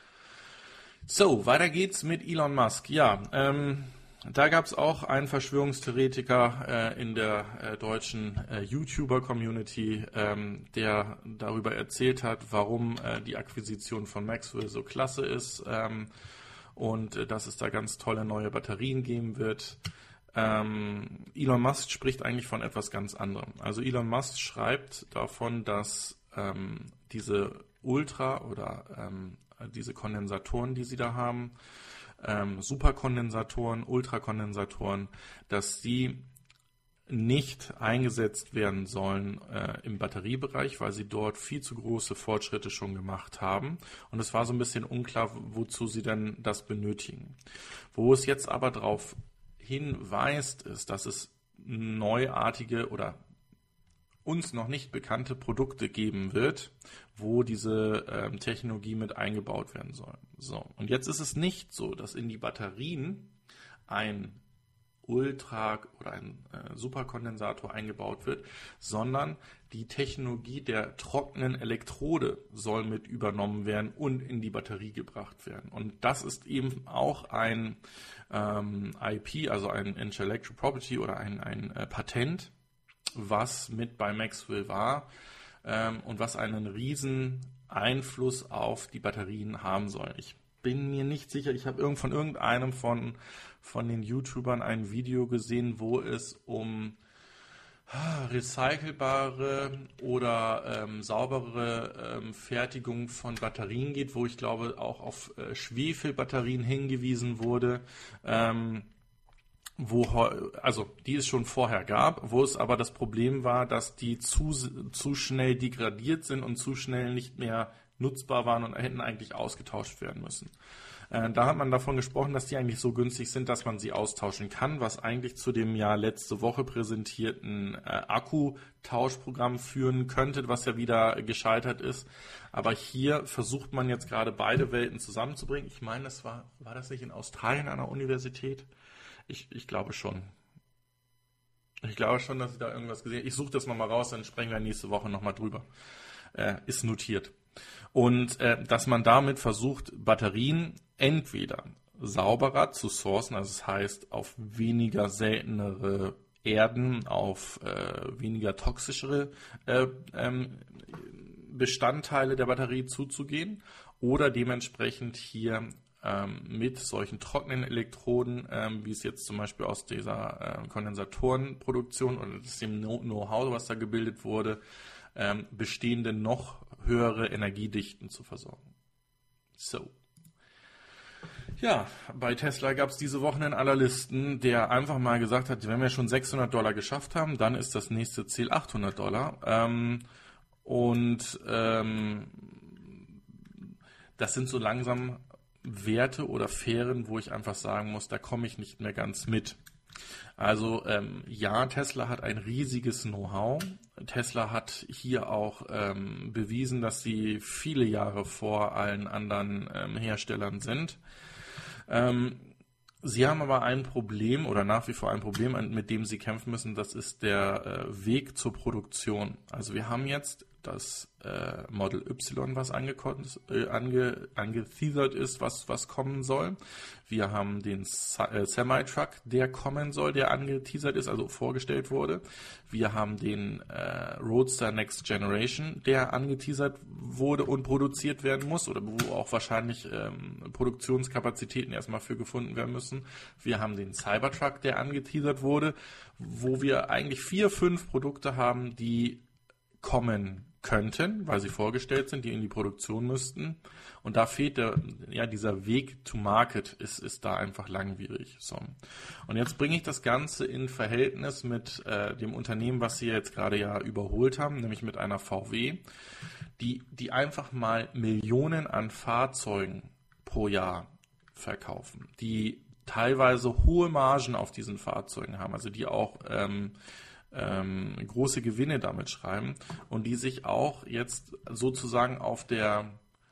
So, weiter geht's mit Elon Musk. Ja, ähm, da gab es auch einen Verschwörungstheoretiker äh, in der äh, deutschen äh, YouTuber-Community, ähm, der darüber erzählt hat, warum äh, die Akquisition von Maxwell so klasse ist ähm, und äh, dass es da ganz tolle neue Batterien geben wird. Ähm, Elon Musk spricht eigentlich von etwas ganz anderem. Also Elon Musk schreibt davon, dass ähm, diese Ultra- oder ähm, diese Kondensatoren, die sie da haben, ähm, Superkondensatoren, Ultrakondensatoren, dass sie nicht eingesetzt werden sollen äh, im Batteriebereich, weil sie dort viel zu große Fortschritte schon gemacht haben. Und es war so ein bisschen unklar, wozu sie denn das benötigen. Wo es jetzt aber drauf hinweist, ist, dass es neuartige oder uns noch nicht bekannte Produkte geben wird, wo diese ähm, Technologie mit eingebaut werden soll. So, und jetzt ist es nicht so, dass in die Batterien ein Ultra- oder ein äh, Superkondensator eingebaut wird, sondern die Technologie der trockenen Elektrode soll mit übernommen werden und in die Batterie gebracht werden. Und das ist eben auch ein ähm, I P, also ein Intellectual Property oder ein, ein äh, Patent, was mit bei Maxwell war ähm, und was einen riesen Einfluss auf die Batterien haben soll. Ich bin mir nicht sicher, ich habe irgend von irgendeinem von, von den YouTubern ein Video gesehen, wo es um recycelbare oder ähm, saubere ähm, Fertigung von Batterien geht, wo ich glaube auch auf äh, Schwefelbatterien hingewiesen wurde, ähm, wo also die es schon vorher gab, wo es aber das Problem war, dass die zu, zu schnell degradiert sind und zu schnell nicht mehr nutzbar waren und hätten eigentlich ausgetauscht werden müssen. Äh, da hat man davon gesprochen, dass die eigentlich so günstig sind, dass man sie austauschen kann, was eigentlich zu dem ja letzte Woche präsentierten äh, Akkutauschprogramm führen könnte, was ja wieder gescheitert ist. Aber hier versucht man jetzt gerade beide Welten zusammenzubringen. Ich meine, das war, war das nicht in Australien an der Universität? Ich, ich glaube schon. Ich glaube schon, dass ich da irgendwas gesehen habe. Ich suche das nochmal raus, dann sprechen wir nächste Woche nochmal drüber. Äh, ist notiert. Und äh, dass man damit versucht, Batterien entweder sauberer zu sourcen, also das heißt auf weniger seltenere Erden, auf äh, weniger toxischere äh, ähm, Bestandteile der Batterie zuzugehen oder dementsprechend hier ähm, mit solchen trockenen Elektroden, ähm, wie es jetzt zum Beispiel aus dieser äh, Kondensatorenproduktion oder dem Know-how, was da gebildet wurde, ähm, bestehende noch höhere Energiedichten zu versorgen. So. Ja, bei Tesla gab es diese Woche einen Analysten, der einfach mal gesagt hat, wenn wir schon sechshundert Dollar geschafft haben, dann ist das nächste Ziel achthundert Dollar. Ähm, und ähm, das sind so langsam Werte oder Fähren, wo ich einfach sagen muss, da komme ich nicht mehr ganz mit. Also ähm, ja, Tesla hat ein riesiges Know-how. Tesla hat hier auch ähm, bewiesen, dass sie viele Jahre vor allen anderen ähm, Herstellern sind. Ähm, sie haben aber ein Problem oder nach wie vor ein Problem, mit dem sie kämpfen müssen. Das ist der äh, Weg zur Produktion. Also wir haben jetzt das äh, Model Y, was angekommen, äh, ange, angeteasert ist, was, was kommen soll. Wir haben den äh, Semi-Truck, der kommen soll, der angeteasert ist, also vorgestellt wurde. Wir haben den äh, Roadster Next Generation, der angeteasert wurde und produziert werden muss oder wo auch wahrscheinlich ähm, Produktionskapazitäten erstmal für gefunden werden müssen. Wir haben den Cybertruck, der angeteasert wurde, wo wir eigentlich vier, fünf Produkte haben, die kommen könnten, weil sie vorgestellt sind, die in die Produktion müssten. Und da fehlt der, ja, dieser Weg to Market ist, ist da einfach langwierig. So. Und jetzt bringe ich das Ganze in Verhältnis mit äh, dem Unternehmen, was sie jetzt gerade ja überholt haben, nämlich mit einer V W, die, die einfach mal Millionen an Fahrzeugen pro Jahr verkaufen, die teilweise hohe Margen auf diesen Fahrzeugen haben, also die auch ähm, Ähm, große Gewinne damit schreiben und die sich auch jetzt sozusagen auf der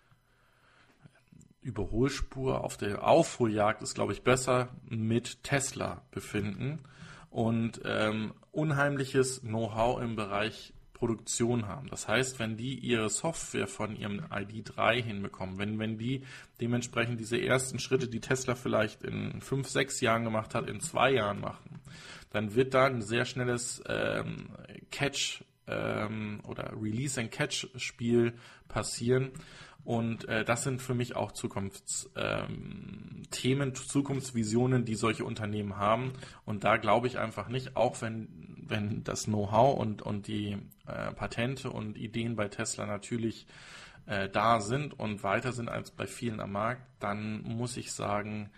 Überholspur, auf der Aufholjagd ist, glaube ich, besser, mit Tesla befinden und ähm, unheimliches Know-how im Bereich Produktion haben. Das heißt, wenn die ihre Software von ihrem I D drei hinbekommen, wenn, wenn die dementsprechend diese ersten Schritte, die Tesla vielleicht in fünf, sechs Jahren gemacht hat, in zwei Jahren machen, dann wird da ein sehr schnelles ähm, Catch ähm, oder Release-and-Catch-Spiel passieren. Und äh, das sind für mich auch Zukunftsthemen, ähm, Zukunftsvisionen, die solche Unternehmen haben. Und da glaube ich einfach nicht, auch wenn, wenn das Know-how und, und die äh, Patente und Ideen bei Tesla natürlich äh, da sind und weiter sind als bei vielen am Markt, dann muss ich sagen,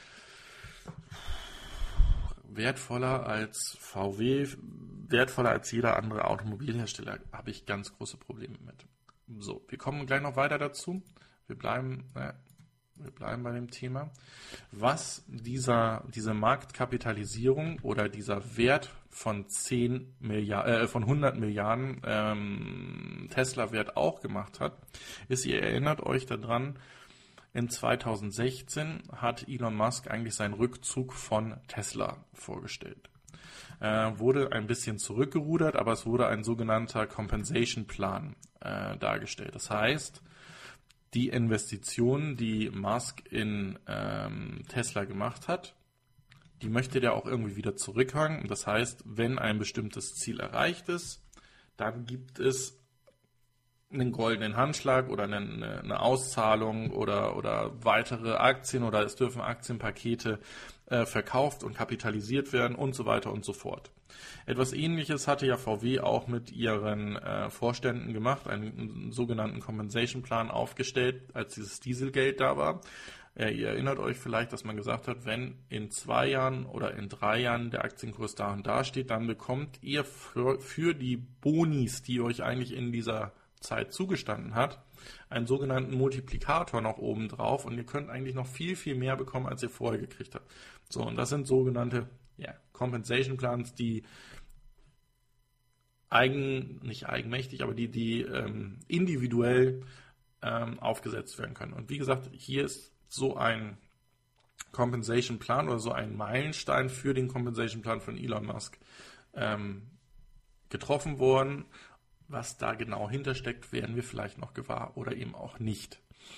wertvoller als V W, wertvoller als jeder andere Automobilhersteller, habe ich ganz große Probleme mit. So, wir kommen gleich noch weiter dazu. Wir bleiben, äh, wir bleiben bei dem Thema. Was dieser, diese Marktkapitalisierung oder dieser Wert von zehn Milliarden, äh, von hundert Milliarden ähm, Tesla-Wert auch gemacht hat, ist, ihr erinnert euch daran, in zweitausendsechzehn hat Elon Musk eigentlich seinen Rückzug von Tesla vorgestellt. Äh, wurde ein bisschen zurückgerudert, aber es wurde ein sogenannter Compensation Plan äh, dargestellt. Das heißt, die Investitionen, die Musk in ähm, Tesla gemacht hat, die möchte der auch irgendwie wieder zurückhaben. Das heißt, wenn ein bestimmtes Ziel erreicht ist, dann gibt es einen goldenen Handschlag oder eine, eine Auszahlung oder, oder weitere Aktien oder es dürfen Aktienpakete äh, verkauft und kapitalisiert werden und so weiter und so fort. Etwas Ähnliches hatte ja V W auch mit ihren äh, Vorständen gemacht, einen, einen sogenannten Compensation Plan aufgestellt, als dieses Dieselgate da war. Ja, ihr erinnert euch vielleicht, dass man gesagt hat, wenn in zwei Jahren oder in drei Jahren der Aktienkurs da und da steht, dann bekommt ihr für, für die Bonis, die euch eigentlich in dieser Zeit zugestanden hat, einen sogenannten Multiplikator noch oben drauf und ihr könnt eigentlich noch viel, viel mehr bekommen, als ihr vorher gekriegt habt. So, und das sind sogenannte ja, Compensation Plans, die eigen, nicht eigenmächtig, aber die, die ähm, individuell ähm, aufgesetzt werden können. Und wie gesagt, hier ist so ein Compensation Plan oder so ein Meilenstein für den Compensation Plan von Elon Musk ähm, getroffen worden. Was da genau hintersteckt, werden wir vielleicht noch gewahr oder eben auch nicht.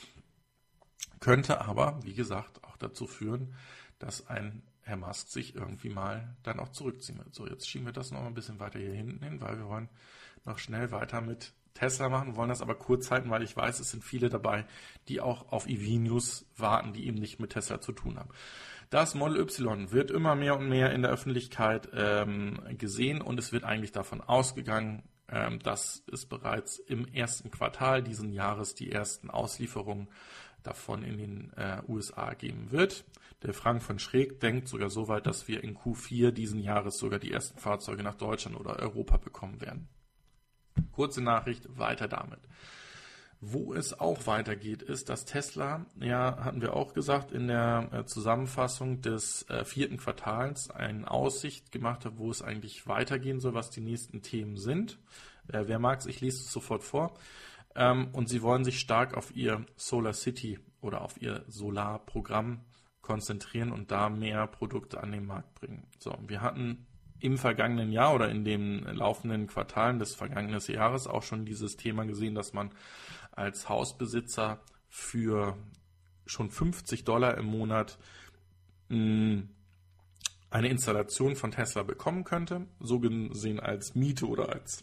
Könnte aber, wie gesagt, auch dazu führen, dass ein Herr Musk sich irgendwie mal dann auch zurückziehen wird. So, jetzt schieben wir das noch ein bisschen weiter hier hinten hin, weil wir wollen noch schnell weiter mit Tesla machen, wollen das aber kurz halten, weil ich weiß, es sind viele dabei, die auch auf E V-News warten, die eben nicht mit Tesla zu tun haben. Das Model Y wird immer mehr und mehr in der Öffentlichkeit ähm, gesehen und es wird eigentlich davon ausgegangen, ähm, dass es bereits im ersten Quartal diesen Jahres die ersten Auslieferungen davon in den äh, U S A geben wird. Der Frank von Schräg denkt sogar so weit, dass wir in Q vier diesen Jahres sogar die ersten Fahrzeuge nach Deutschland oder Europa bekommen werden. Kurze Nachricht, weiter damit. Wo es auch weitergeht, ist, dass Tesla, ja, hatten wir auch gesagt, in der äh, Zusammenfassung des äh, vierten Quartals eine Aussicht gemacht hat, wo es eigentlich weitergehen soll, was die nächsten Themen sind. Äh, wer mag's, ich lese es sofort vor. Ähm, und sie wollen sich stark auf ihr Solar City oder auf ihr Solarprogramm konzentrieren und da mehr Produkte an den Markt bringen. So, wir hatten im vergangenen Jahr oder in den laufenden Quartalen des vergangenen Jahres auch schon dieses Thema gesehen, dass man als Hausbesitzer für schon fünfzig Dollar im Monat mh, eine Installation von Tesla bekommen könnte, so gesehen als Miete oder als,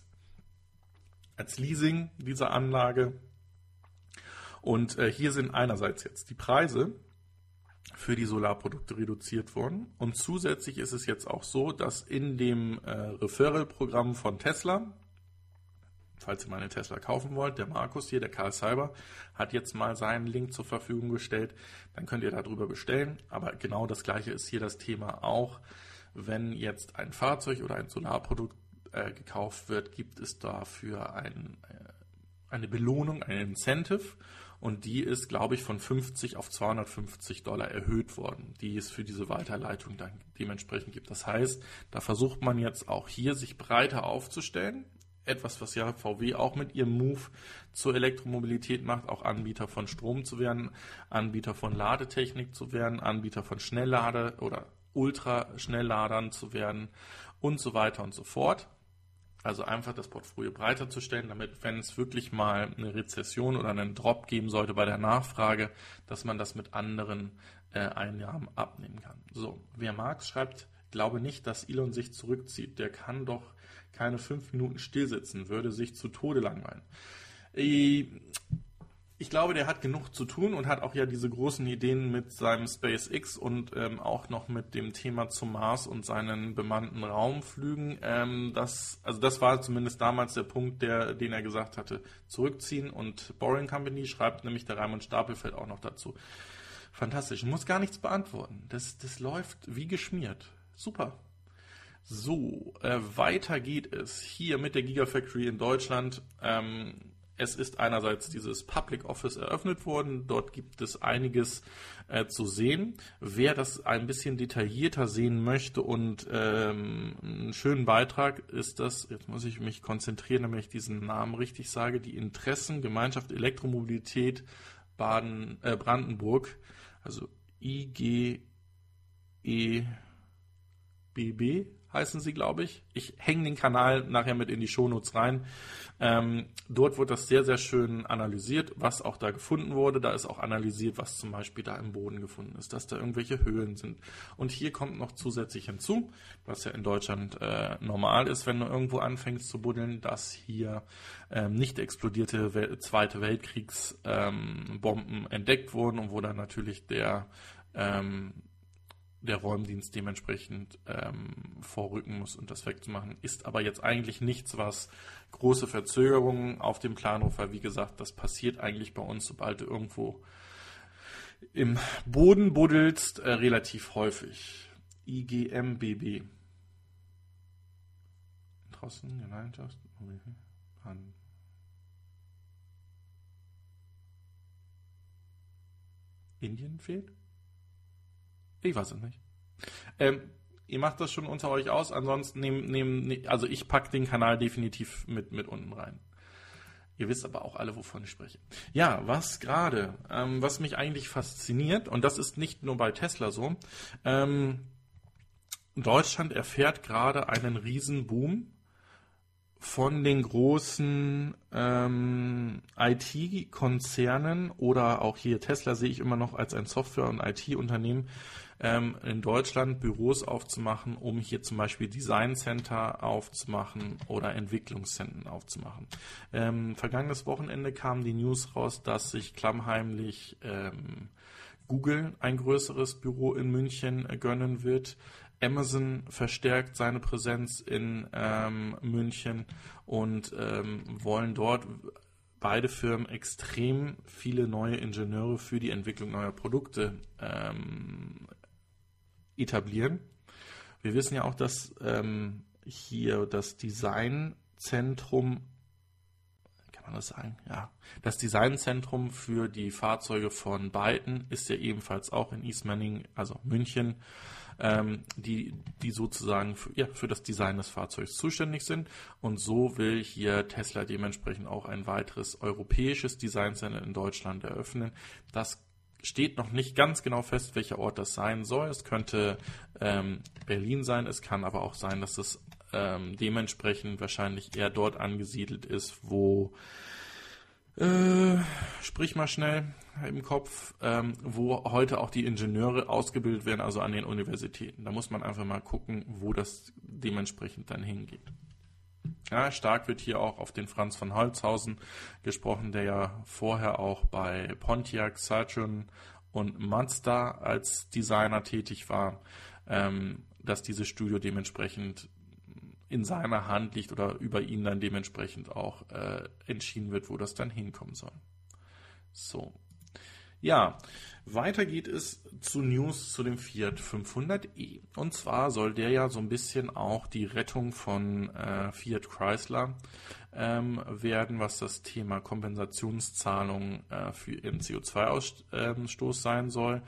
als Leasing dieser Anlage. Und äh, hier sind einerseits jetzt die Preise für die Solarprodukte reduziert worden. Und zusätzlich ist es jetzt auch so, dass in dem äh, Referral-Programm von Tesla, falls ihr mal eine Tesla kaufen wollt, der Markus hier, der Karl Cyber, hat jetzt mal seinen Link zur Verfügung gestellt. Dann könnt ihr darüber bestellen. Aber genau das Gleiche ist hier das Thema auch. Wenn jetzt ein Fahrzeug oder ein Solarprodukt äh, gekauft wird, gibt es dafür ein, äh, eine Belohnung, ein Incentive. Und die ist, glaube ich, von fünfzig auf zweihundertfünfzig Dollar erhöht worden, die es für diese Weiterleitung dann dementsprechend gibt. Das heißt, da versucht man jetzt auch hier, sich breiter aufzustellen. Etwas, was ja V W auch mit ihrem Move zur Elektromobilität macht, auch Anbieter von Strom zu werden, Anbieter von Ladetechnik zu werden, Anbieter von Schnelllade- oder Ultraschnellladern zu werden und so weiter und so fort. Also einfach das Portfolio breiter zu stellen, damit, wenn es wirklich mal eine Rezession oder einen Drop geben sollte bei der Nachfrage, dass man das mit anderen äh, Einnahmen abnehmen kann. So, wer Marx schreibt, glaube nicht, dass Elon sich zurückzieht. Der kann doch keine fünf Minuten stillsitzen, würde sich zu Tode langweilen. Ich glaube, der hat genug zu tun und hat auch ja diese großen Ideen mit seinem SpaceX und ähm, auch noch mit dem Thema zum Mars und seinen bemannten Raumflügen. Ähm, das, also das war zumindest damals der Punkt, der, den er gesagt hatte, zurückziehen. Und Boring Company schreibt nämlich der Raimund Stapelfeld auch noch dazu. Fantastisch, muss gar nichts beantworten. Das, das läuft wie geschmiert. Super. So, äh, weiter geht es hier mit der Gigafactory in Deutschland. Ähm, Es ist einerseits dieses Public Office eröffnet worden. Dort gibt es einiges äh, zu sehen. Wer das ein bisschen detaillierter sehen möchte und ähm, einen schönen Beitrag ist das, jetzt muss ich mich konzentrieren, damit ich diesen Namen richtig sage, die Interessengemeinschaft Elektromobilität Baden, äh, Brandenburg, also I G E B B heißen sie, glaube ich. Ich hänge den Kanal nachher mit in die Shownotes rein. Ähm, dort wird das sehr, sehr schön analysiert, was auch da gefunden wurde. Da ist auch analysiert, was zum Beispiel da im Boden gefunden ist, dass da irgendwelche Höhlen sind. Und hier kommt noch zusätzlich hinzu, was ja in Deutschland äh, normal ist, wenn du irgendwo anfängst zu buddeln, dass hier ähm, nicht explodierte Wel- Zweite Weltkriegsbomben ähm, entdeckt wurden und wo dann natürlich der ähm, der Räumdienst dementsprechend ähm, vorrücken muss und das wegzumachen. Ist aber jetzt eigentlich nichts, was große Verzögerungen auf dem Plan ruft, weil wie gesagt, das passiert eigentlich bei uns, sobald du irgendwo im Boden buddelst, äh, relativ häufig. I G M B B. Draußen, nein, an. Indien fehlt? Ich weiß es nicht. Ähm, ihr macht das schon unter euch aus, ansonsten nehmen, nehmen, also ich packe den Kanal definitiv mit, mit unten rein. Ihr wisst aber auch alle, wovon ich spreche. Ja, was gerade, ähm, was mich eigentlich fasziniert, und das ist nicht nur bei Tesla so, ähm, Deutschland erfährt gerade einen Riesenboom von den großen ähm, I T-Konzernen oder auch hier Tesla sehe ich immer noch als ein Software- und I T-Unternehmen ähm, in Deutschland Büros aufzumachen, um hier zum Beispiel Design Center aufzumachen oder Entwicklungszentren aufzumachen. Ähm, vergangenes Wochenende kam die News raus, dass sich klammheimlich ähm, Google ein größeres Büro in München äh, gönnen wird. Amazon verstärkt seine Präsenz in ähm, München und ähm, wollen dort beide Firmen extrem viele neue Ingenieure für die Entwicklung neuer Produkte ähm, etablieren. Wir wissen ja auch, dass ähm, hier das Designzentrum, kann man das sagen? Ja, das Designzentrum für die Fahrzeuge von Byton ist ja ebenfalls auch in Ismaning, also München, ähm, die, die sozusagen für, ja, für das Design des Fahrzeugs zuständig sind. Und so will hier Tesla dementsprechend auch ein weiteres europäisches Designcenter in Deutschland eröffnen. Das steht noch nicht ganz genau fest, welcher Ort das sein soll. Es könnte ähm, Berlin sein, es kann aber auch sein, dass es ähm, dementsprechend wahrscheinlich eher dort angesiedelt ist, wo Äh, sprich mal schnell im Kopf, ähm, wo heute auch die Ingenieure ausgebildet werden, also an den Universitäten. Da muss man einfach mal gucken, wo das dementsprechend dann hingeht. Ja, stark wird hier auch auf den Franz von Holzhausen gesprochen, der ja vorher auch bei Pontiac, Citroën und Mazda als Designer tätig war, ähm, dass dieses Studio dementsprechend in seiner Hand liegt oder über ihn dann dementsprechend auch äh, entschieden wird, wo das dann hinkommen soll. So. Ja, weiter geht es zu News zu dem Fiat fünfhundert e. Und zwar soll der ja so ein bisschen auch die Rettung von äh, Fiat Chrysler ähm, werden, was das Thema Kompensationszahlungen äh, für ihren C O zwei Ausstoß sein soll.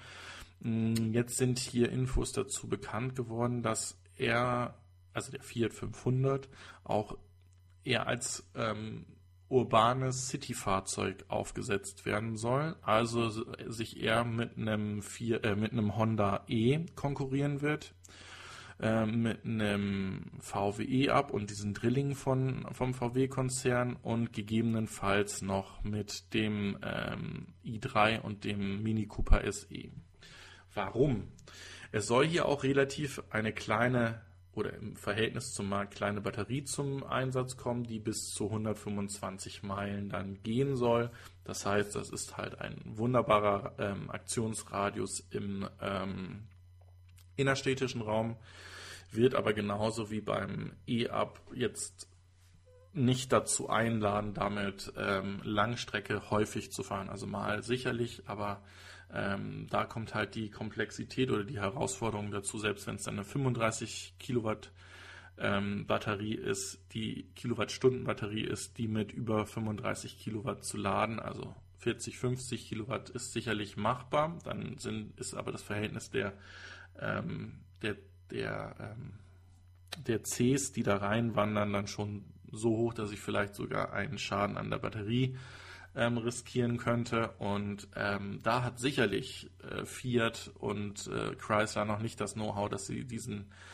Jetzt sind hier Infos dazu bekannt geworden, dass er also der Fiat fünfhundert, auch eher als ähm, urbanes City-Fahrzeug aufgesetzt werden soll, also sich eher mit einem, vier, äh, mit einem Honda E konkurrieren wird, äh, mit einem V W E-Up und diesen Drilling von, vom V W-Konzern und gegebenenfalls noch mit dem ähm, i drei und dem Mini Cooper S E. Warum? Es soll hier auch relativ eine kleine oder im Verhältnis zum Markt kleine Batterie zum Einsatz kommen, die bis zu hundertfünfundzwanzig Meilen dann gehen soll. Das heißt, das ist halt ein wunderbarer ähm, Aktionsradius im ähm, innerstädtischen Raum, wird aber genauso wie beim E-Up jetzt nicht dazu einladen, damit ähm, Langstrecke häufig zu fahren. Also mal sicherlich, aber Ähm, da kommt halt die Komplexität oder die Herausforderung dazu, selbst wenn es dann eine fünfunddreißig Kilowatt ähm, Batterie ist, die Kilowattstunden Batterie ist, die mit über fünfunddreißig Kilowatt zu laden, also vierzig, fünfzig Kilowatt ist sicherlich machbar, dann sind, ist aber das Verhältnis der, ähm, der, der, ähm, der Cs, die da reinwandern, dann schon so hoch, dass ich vielleicht sogar einen Schaden an der Batterie Ähm, riskieren könnte und ähm, da hat sicherlich äh, Fiat und äh, Chrysler noch nicht das Know-how, dass sie diesen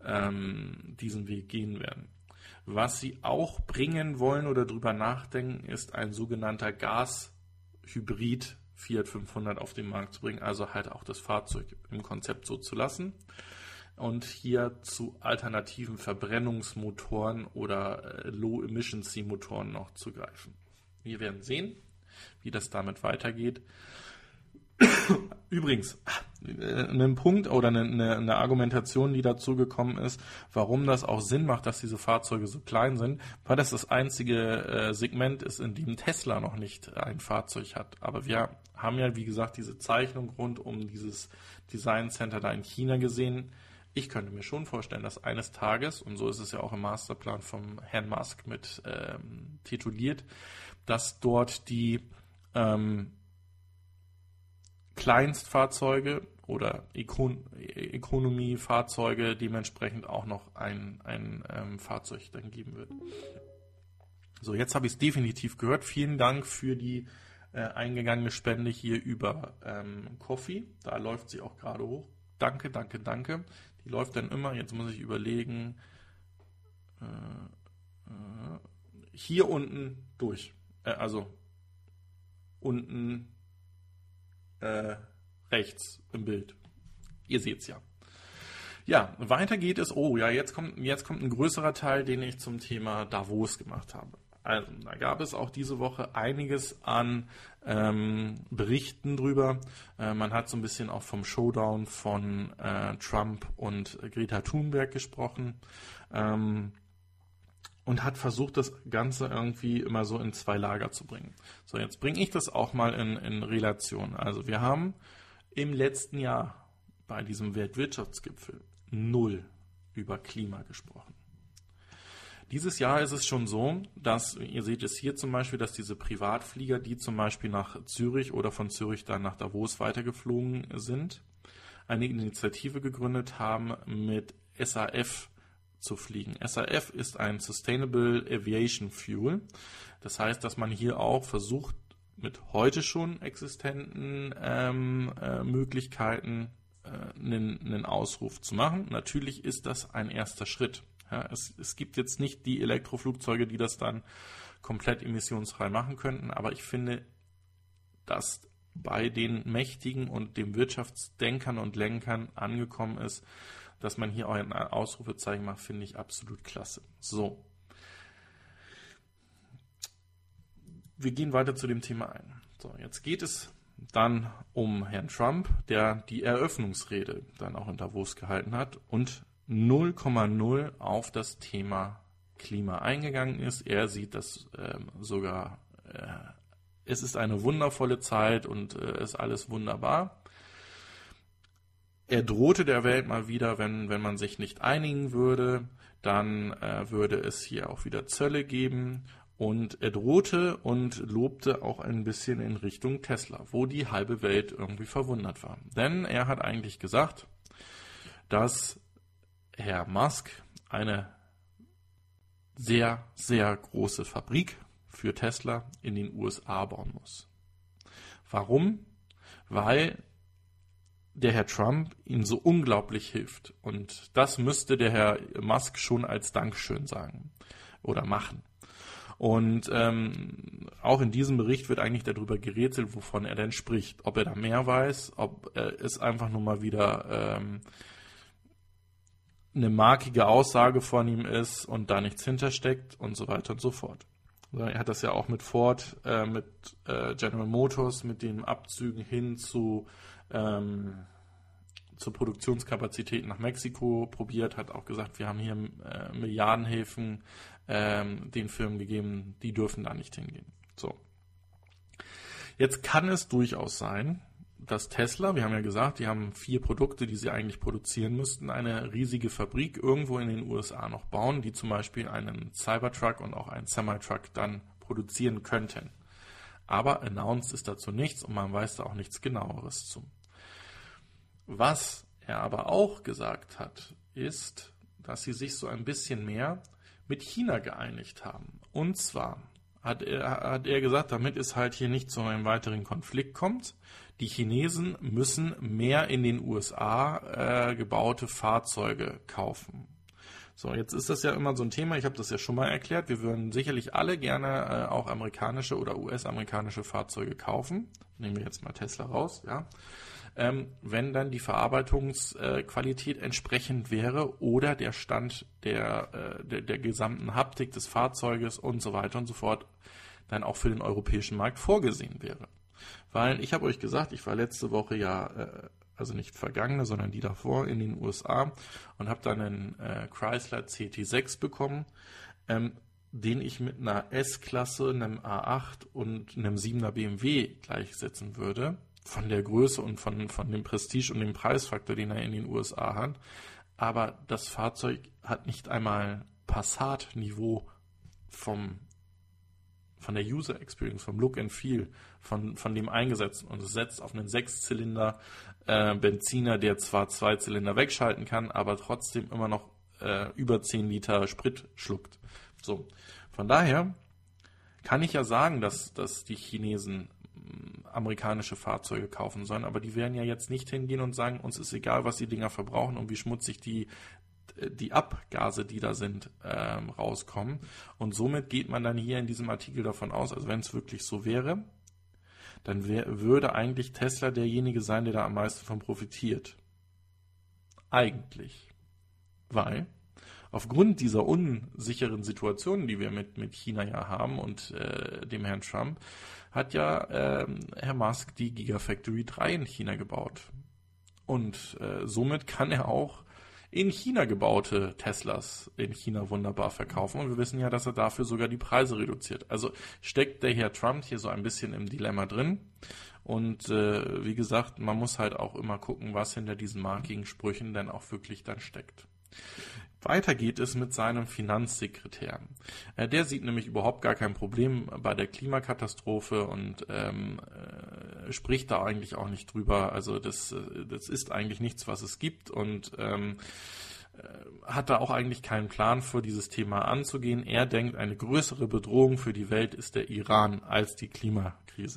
ähm, diesen Weg gehen werden. Was sie auch bringen wollen oder drüber nachdenken, ist ein sogenannter Gas-Hybrid Fiat fünfhundert auf den Markt zu bringen, also halt auch das Fahrzeug im Konzept so zu lassen und hier zu alternativen Verbrennungsmotoren oder äh, Low-Emission-C-Motoren noch zu greifen. Wir werden sehen, wie das damit weitergeht. Übrigens, ein Punkt oder eine, eine Argumentation, die dazu gekommen ist, warum das auch Sinn macht, dass diese Fahrzeuge so klein sind, weil das das einzige äh, Segment ist, in dem Tesla noch nicht ein Fahrzeug hat. Aber wir haben ja, wie gesagt, diese Zeichnung rund um dieses Design Center da in China gesehen. Ich könnte mir schon vorstellen, dass eines Tages, und so ist es ja auch im Masterplan vom Herrn Musk mit ähm, tituliert, dass dort die ähm, Kleinstfahrzeuge oder Econ- Economy-Fahrzeuge dementsprechend auch noch ein, ein ähm, Fahrzeug dann geben wird. So, jetzt habe ich es definitiv gehört. Vielen Dank für die äh, eingegangene Spende hier über ähm, Coffee. Da läuft sie auch gerade hoch. Danke, danke, danke. Die läuft dann immer, jetzt muss ich überlegen, äh, äh, hier unten durch. Äh, also unten Äh, rechts im Bild. Ihr seht's ja. Ja, weiter geht es. Oh ja, jetzt kommt, jetzt kommt ein größerer Teil, den ich zum Thema Davos gemacht habe. Also, da gab es auch diese Woche einiges an ähm, Berichten drüber. Äh, man hat so ein bisschen auch vom Showdown von äh, Trump und Greta Thunberg gesprochen. Ähm, Und hat versucht, das Ganze irgendwie immer so in zwei Lager zu bringen. So, jetzt bringe ich das auch mal in, in Relation. Also wir haben im letzten Jahr bei diesem Weltwirtschaftsgipfel null über Klima gesprochen. Dieses Jahr ist es schon so, dass, ihr seht es hier zum Beispiel, dass diese Privatflieger, die zum Beispiel nach Zürich oder von Zürich dann nach Davos weitergeflogen sind, eine Initiative gegründet haben mit S A F zu fliegen. S A F ist ein Sustainable Aviation Fuel. Das heißt, dass man hier auch versucht, mit heute schon existenten ähm, äh, Möglichkeiten äh, einen, einen Ausruf zu machen. Natürlich ist das ein erster Schritt. Ja, es, es gibt jetzt nicht die Elektroflugzeuge, die das dann komplett emissionsfrei machen könnten, aber ich finde, dass bei den Mächtigen und den Wirtschaftsdenkern und Lenkern angekommen ist, dass man hier auch ein Ausrufezeichen macht, finde ich absolut klasse. So. Wir gehen weiter zu dem Thema ein. So, jetzt geht es dann um Herrn Trump, der die Eröffnungsrede dann auch in Davos gehalten hat und null Komma null auf das Thema Klima eingegangen ist. Er sieht das ähm, sogar, äh, es ist eine wundervolle Zeit und es äh, ist alles wunderbar. Er drohte der Welt mal wieder, wenn, wenn man sich nicht einigen würde, dann äh, würde es hier auch wieder Zölle geben. Und er drohte und lobte auch ein bisschen in Richtung Tesla, wo die halbe Welt irgendwie verwundert war. Denn er hat eigentlich gesagt, dass Herr Musk eine sehr, sehr große Fabrik für Tesla in den U S A bauen muss. Warum? Weil der Herr Trump ihm so unglaublich hilft. Und das müsste der Herr Musk schon als Dankeschön sagen oder machen. Und ähm, auch in diesem Bericht wird eigentlich darüber gerätselt, wovon er denn spricht. Ob er da mehr weiß, ob äh, es einfach nur mal wieder ähm, eine markige Aussage von ihm ist und da nichts hintersteckt und so weiter und so fort. Er hat das ja auch mit Ford, äh, mit äh, General Motors, mit den Abzügen hin zu ähm, zur Produktionskapazität nach Mexiko probiert, hat auch gesagt, wir haben hier äh, Milliardenhilfen ähm, den Firmen gegeben, die dürfen da nicht hingehen. So. Jetzt kann es durchaus sein, dass Tesla, wir haben ja gesagt, die haben vier Produkte, die sie eigentlich produzieren müssten, eine riesige Fabrik irgendwo in den U S A noch bauen, die zum Beispiel einen Cybertruck und auch einen Semi-Truck dann produzieren könnten. Aber announced ist dazu nichts und man weiß da auch nichts Genaueres zu. Was er aber auch gesagt hat, ist, dass sie sich so ein bisschen mehr mit China geeinigt haben. Und zwar hat er, hat er gesagt, damit es halt hier nicht zu einem weiteren Konflikt kommt, die Chinesen müssen mehr in den U S A äh, gebaute Fahrzeuge kaufen. So, jetzt ist das ja immer so ein Thema, ich habe das ja schon mal erklärt, wir würden sicherlich alle gerne äh, auch amerikanische oder U S-amerikanische Fahrzeuge kaufen. Nehmen wir jetzt mal Tesla raus, ja. Ähm, wenn dann die Verarbeitungsqualität äh, entsprechend wäre oder der Stand der, äh, der, der gesamten Haptik des Fahrzeuges und so weiter und so fort dann auch für den europäischen Markt vorgesehen wäre. Weil ich habe euch gesagt, ich war letzte Woche ja, äh, also nicht vergangene, sondern die davor in den U S A und habe dann einen äh, Chrysler C T sechs bekommen, ähm, den ich mit einer S-Klasse, einem A acht und einem siebener B M W gleichsetzen würde, von der Größe und von, von dem Prestige und dem Preisfaktor, den er in den U S A hat. Aber das Fahrzeug hat nicht einmal Passat-Niveau vom von der User Experience, vom Look and Feel, von, von dem eingesetzten. Und es setzt auf einen Sechszylinder äh, Benziner, der zwar zwei Zylinder wegschalten kann, aber trotzdem immer noch äh, über zehn Liter Sprit schluckt. So, von daher kann ich ja sagen, dass, dass die Chinesen äh, amerikanische Fahrzeuge kaufen sollen, aber die werden ja jetzt nicht hingehen und sagen, uns ist egal, was die Dinger verbrauchen und wie schmutzig die die Abgase, die da sind, ähm, rauskommen. Und somit geht man dann hier in diesem Artikel davon aus, also wenn es wirklich so wäre, dann wär, würde eigentlich Tesla derjenige sein, der da am meisten von profitiert. Eigentlich. Weil aufgrund dieser unsicheren Situation, die wir mit, mit China ja haben und äh, dem Herrn Trump, hat ja äh, Herr Musk die Gigafactory drei in China gebaut. Und äh, somit kann er auch in China gebaute Teslas in China wunderbar verkaufen. Und wir wissen ja, dass er dafür sogar die Preise reduziert. Also steckt der Herr Trump hier so ein bisschen im Dilemma drin. Und äh, wie gesagt, man muss halt auch immer gucken, was hinter diesen markigen Sprüchen denn auch wirklich dann steckt. Weiter geht es mit seinem Finanzsekretär. Äh, der sieht nämlich überhaupt gar kein Problem bei der Klimakatastrophe und ähm, äh, spricht da eigentlich auch nicht drüber. Also das, das ist eigentlich nichts, was es gibt und ähm, äh, hat da auch eigentlich keinen Plan für dieses Thema anzugehen. Er denkt, eine größere Bedrohung für die Welt ist der Iran als die Klimakrise.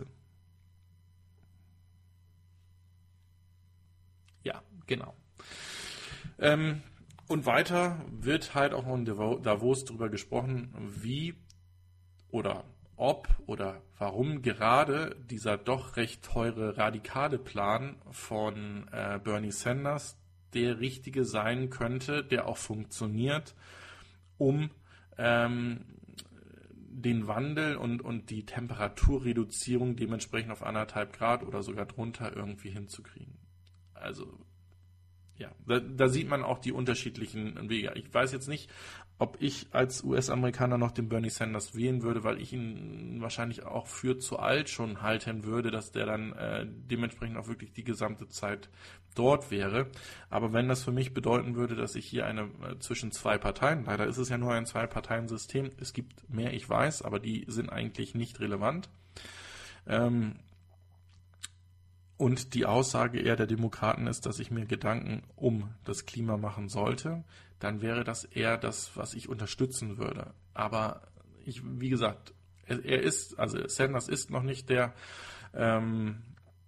Ja, genau. Ähm, Und weiter wird halt auch in Davos darüber gesprochen, wie oder ob oder warum gerade dieser doch recht teure radikale Plan von äh, Bernie Sanders der richtige sein könnte, der auch funktioniert, um ähm, den Wandel und, und die Temperaturreduzierung dementsprechend auf anderthalb Grad oder sogar drunter irgendwie hinzukriegen. Also ja, da, da sieht man auch die unterschiedlichen Wege. Ich weiß jetzt nicht, ob ich als U S-Amerikaner noch den Bernie Sanders wählen würde, weil ich ihn wahrscheinlich auch für zu alt schon halten würde, dass der dann äh, dementsprechend auch wirklich die gesamte Zeit dort wäre. Aber wenn das für mich bedeuten würde, dass ich hier eine äh, zwischen zwei Parteien, leider ist es ja nur ein Zwei-Parteien-System, es gibt mehr, ich weiß, aber die sind eigentlich nicht relevant, ähm, und die Aussage eher der Demokraten ist, dass ich mir Gedanken um das Klima machen sollte, dann wäre das eher das, was ich unterstützen würde. Aber ich, wie gesagt, er, er ist, also Sanders ist noch nicht der, ähm,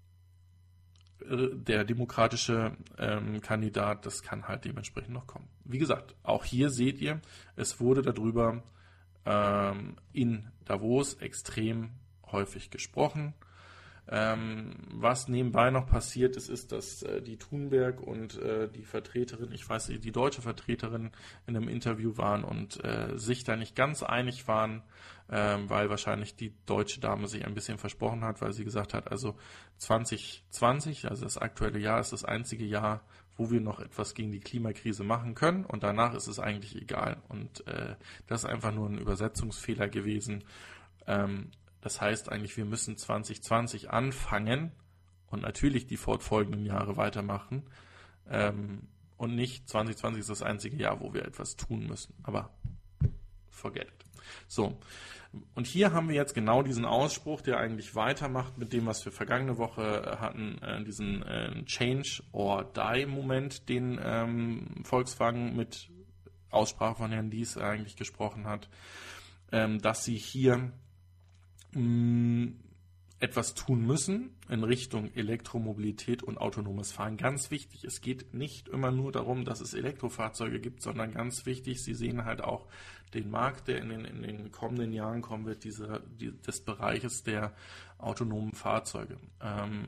der demokratische ähm, Kandidat. Das kann halt dementsprechend noch kommen. Wie gesagt, auch hier seht ihr, es wurde darüber ähm, in Davos extrem häufig gesprochen. Ähm, was nebenbei noch passiert ist, ist, dass äh, die Thunberg und äh, die Vertreterin, ich weiß nicht, die deutsche Vertreterin in einem Interview waren und äh, sich da nicht ganz einig waren, äh, weil wahrscheinlich die deutsche Dame sich ein bisschen versprochen hat, weil sie gesagt hat, also zwanzig zwanzig, also das aktuelle Jahr, ist das einzige Jahr, wo wir noch etwas gegen die Klimakrise machen können und danach ist es eigentlich egal. Und äh, das ist einfach nur ein Übersetzungsfehler gewesen. Ähm, Das heißt eigentlich, wir müssen zwanzig zwanzig anfangen und natürlich die fortfolgenden Jahre weitermachen. Ähm, und nicht zwanzig zwanzig ist das einzige Jahr, wo wir etwas tun müssen. Aber forget it. So, und hier haben wir jetzt genau diesen Ausspruch, der eigentlich weitermacht mit dem, was wir vergangene Woche hatten, äh, diesen äh, Change or Die Moment, den ähm, Volkswagen mit Aussprache von Herrn Dies eigentlich gesprochen hat, ähm, dass sie hier etwas tun müssen in Richtung Elektromobilität und autonomes Fahren. Ganz wichtig, es geht nicht immer nur darum, dass es Elektrofahrzeuge gibt, sondern ganz wichtig, Sie sehen halt auch den Markt, der in den, in den kommenden Jahren kommen wird, diese, die, des Bereiches der autonomen Fahrzeuge. Ähm,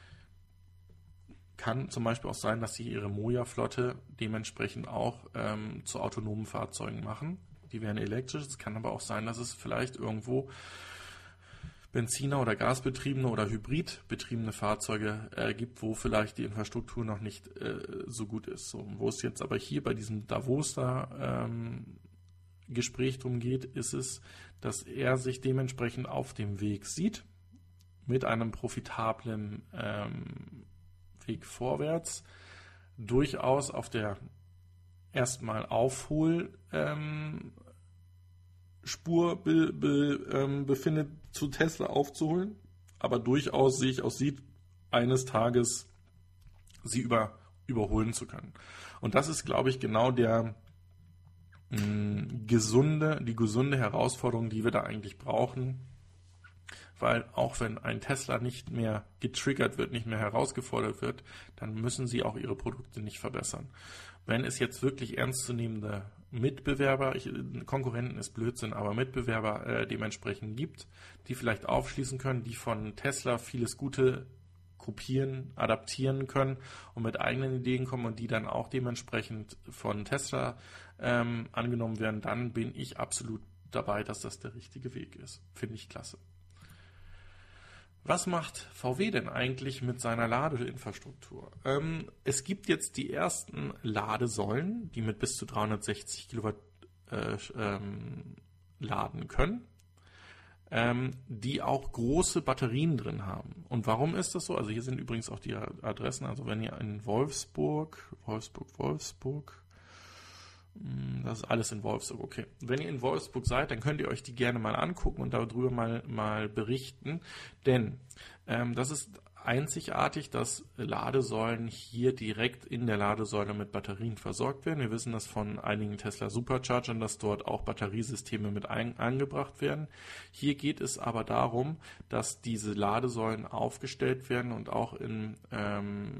kann zum Beispiel auch sein, dass Sie Ihre Moja-Flotte dementsprechend auch ähm, zu autonomen Fahrzeugen machen. Die werden elektrisch. Es kann aber auch sein, dass es vielleicht irgendwo Benziner- oder Gasbetriebene oder Hybridbetriebene Fahrzeuge äh, gibt, wo vielleicht die Infrastruktur noch nicht äh, so gut ist. So, wo es jetzt aber hier bei diesem Davos-da ähm, Gespräch drum geht, ist es, dass er sich dementsprechend auf dem Weg sieht, mit einem profitablen ähm, Weg vorwärts, durchaus auf der erstmal Aufhol ähm, Spur be, be, ähm, befindet, zu Tesla aufzuholen, aber durchaus sehe ich aus sieht, eines Tages sie über, überholen zu können. Und das ist, glaube ich, genau der mh, gesunde, die gesunde Herausforderung, die wir da eigentlich brauchen, weil auch wenn ein Tesla nicht mehr getriggert wird, nicht mehr herausgefordert wird, dann müssen sie auch ihre Produkte nicht verbessern. Wenn es jetzt wirklich ernstzunehmende Mitbewerber, ich, Konkurrenten ist Blödsinn, aber Mitbewerber äh, dementsprechend gibt, die vielleicht aufschließen können, die von Tesla vieles Gute kopieren, adaptieren können und mit eigenen Ideen kommen und die dann auch dementsprechend von Tesla ähm, angenommen werden, dann bin ich absolut dabei, dass das der richtige Weg ist. Finde ich klasse. Was macht V W denn eigentlich mit seiner Ladeinfrastruktur? Ähm, es gibt jetzt die ersten Ladesäulen, die mit bis zu dreihundertsechzig Kilowatt äh, ähm, laden können, ähm, die auch große Batterien drin haben. Und warum ist das so? Also hier sind übrigens auch die Adressen. Also wenn ihr in Wolfsburg, Wolfsburg, Wolfsburg, das ist alles in Wolfsburg, okay. Wenn ihr in Wolfsburg seid, dann könnt ihr euch die gerne mal angucken und darüber mal, mal berichten, denn ähm, das ist einzigartig, dass Ladesäulen hier direkt in der Ladesäule mit Batterien versorgt werden. Wir wissen das von einigen Tesla Superchargern, dass dort auch Batteriesysteme mit ein, angebracht werden. Hier geht es aber darum, dass diese Ladesäulen aufgestellt werden und auch in ähm,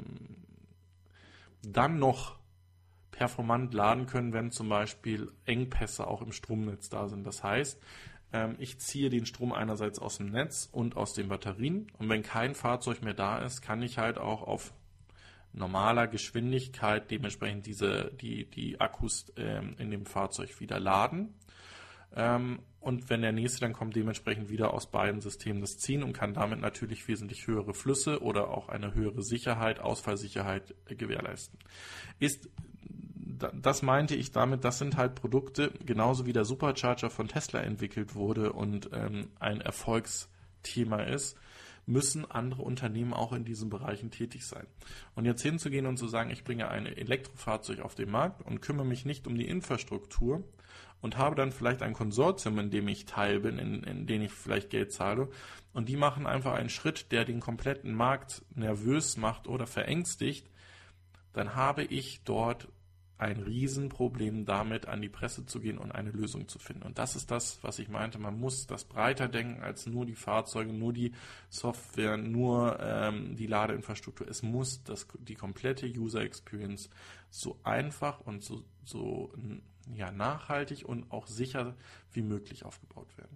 dann noch performant laden können, wenn zum Beispiel Engpässe auch im Stromnetz da sind. Das heißt, ich ziehe den Strom einerseits aus dem Netz und aus den Batterien und wenn kein Fahrzeug mehr da ist, kann ich halt auch auf normaler Geschwindigkeit dementsprechend diese, die, die Akkus in dem Fahrzeug wieder laden. Und wenn der nächste dann kommt, dementsprechend wieder aus beiden Systemen das ziehen und kann damit natürlich wesentlich höhere Flüsse oder auch eine höhere Sicherheit, Ausfallsicherheit gewährleisten. Ist Das meinte ich damit, das sind halt Produkte, genauso wie der Supercharger von Tesla entwickelt wurde und ähm, ein Erfolgsthema ist, müssen andere Unternehmen auch in diesen Bereichen tätig sein. Und jetzt hinzugehen und zu sagen, ich bringe ein Elektrofahrzeug auf den Markt und kümmere mich nicht um die Infrastruktur und habe dann vielleicht ein Konsortium, in dem ich Teil bin, in, in dem ich vielleicht Geld zahle und die machen einfach einen Schritt, der den kompletten Markt nervös macht oder verängstigt, dann habe ich dort ein Riesenproblem damit, an die Presse zu gehen und eine Lösung zu finden. Und das ist das, was ich meinte. Man muss das breiter denken als nur die Fahrzeuge, nur die Software, nur ähm, die Ladeinfrastruktur. Es muss das, die komplette User Experience so einfach und so, so ja, nachhaltig und auch sicher wie möglich aufgebaut werden.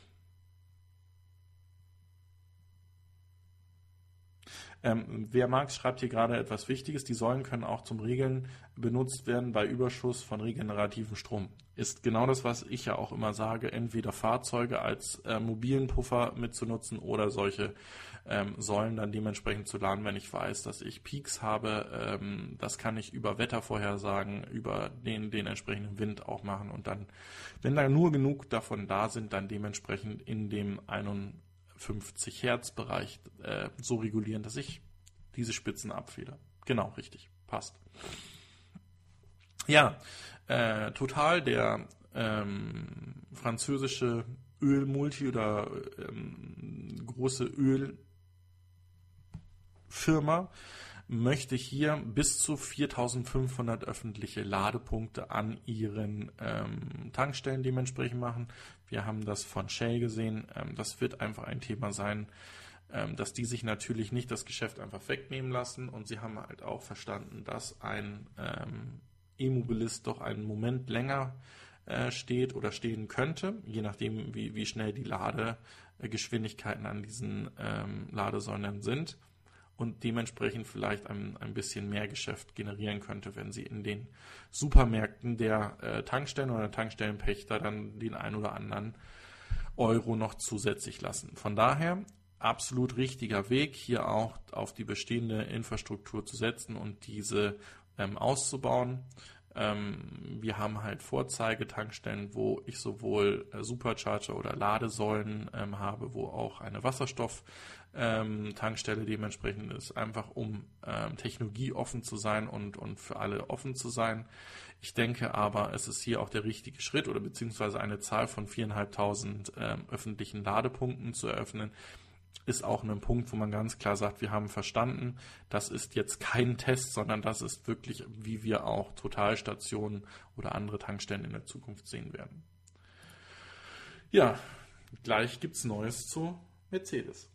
Ähm, wer mag, schreibt hier gerade etwas Wichtiges. Die Säulen können auch zum Regeln benutzt werden bei Überschuss von regenerativem Strom. Ist genau das, was ich ja auch immer sage, entweder Fahrzeuge als äh, mobilen Puffer mitzunutzen oder solche ähm, Säulen dann dementsprechend zu laden, wenn ich weiß, dass ich Peaks habe. Ähm, das kann ich über Wettervorhersagen, über den, den entsprechenden Wind auch machen und dann, wenn da nur genug davon da sind, dann dementsprechend in dem einundfünfzig Hertz Bereich äh, so regulieren, dass ich diese Spitzen abfedere. Genau, richtig, passt. Ja, äh, Total, der ähm, französische Ölmulti oder ähm, große Ölfirma möchte hier bis zu viertausendfünfhundert öffentliche Ladepunkte an ihren ähm, Tankstellen dementsprechend machen. Wir haben das von Shell gesehen. Ähm, das wird einfach ein Thema sein, ähm, dass die sich natürlich nicht das Geschäft einfach wegnehmen lassen, und sie haben halt auch verstanden, dass ein ähm, E-Mobilist doch einen Moment länger äh, steht oder stehen könnte, je nachdem, wie, wie schnell die Ladegeschwindigkeiten an diesen ähm, Ladesäulen sind, und dementsprechend vielleicht ein, ein bisschen mehr Geschäft generieren könnte, wenn sie in den Supermärkten der äh, Tankstellen oder Tankstellenpächter dann den ein oder anderen Euro noch zusätzlich lassen. Von daher absolut richtiger Weg, hier auch auf die bestehende Infrastruktur zu setzen und diese ähm, auszubauen. Ähm, wir haben halt Vorzeigetankstellen, wo ich sowohl äh, Supercharger oder Ladesäulen ähm, habe, wo auch eine Wasserstoff-Tankstelle ähm, dementsprechend ist, einfach um ähm, technologieoffen zu sein und, und für alle offen zu sein. Ich denke aber, es ist hier auch der richtige Schritt, oder beziehungsweise eine Zahl von viertausendfünfhundert ähm, öffentlichen Ladepunkten zu eröffnen, ist auch ein Punkt, wo man ganz klar sagt, wir haben verstanden, das ist jetzt kein Test, sondern das ist wirklich, wie wir auch Totalstationen oder andere Tankstellen in der Zukunft sehen werden. Ja, gleich gibt es Neues zu Mercedes.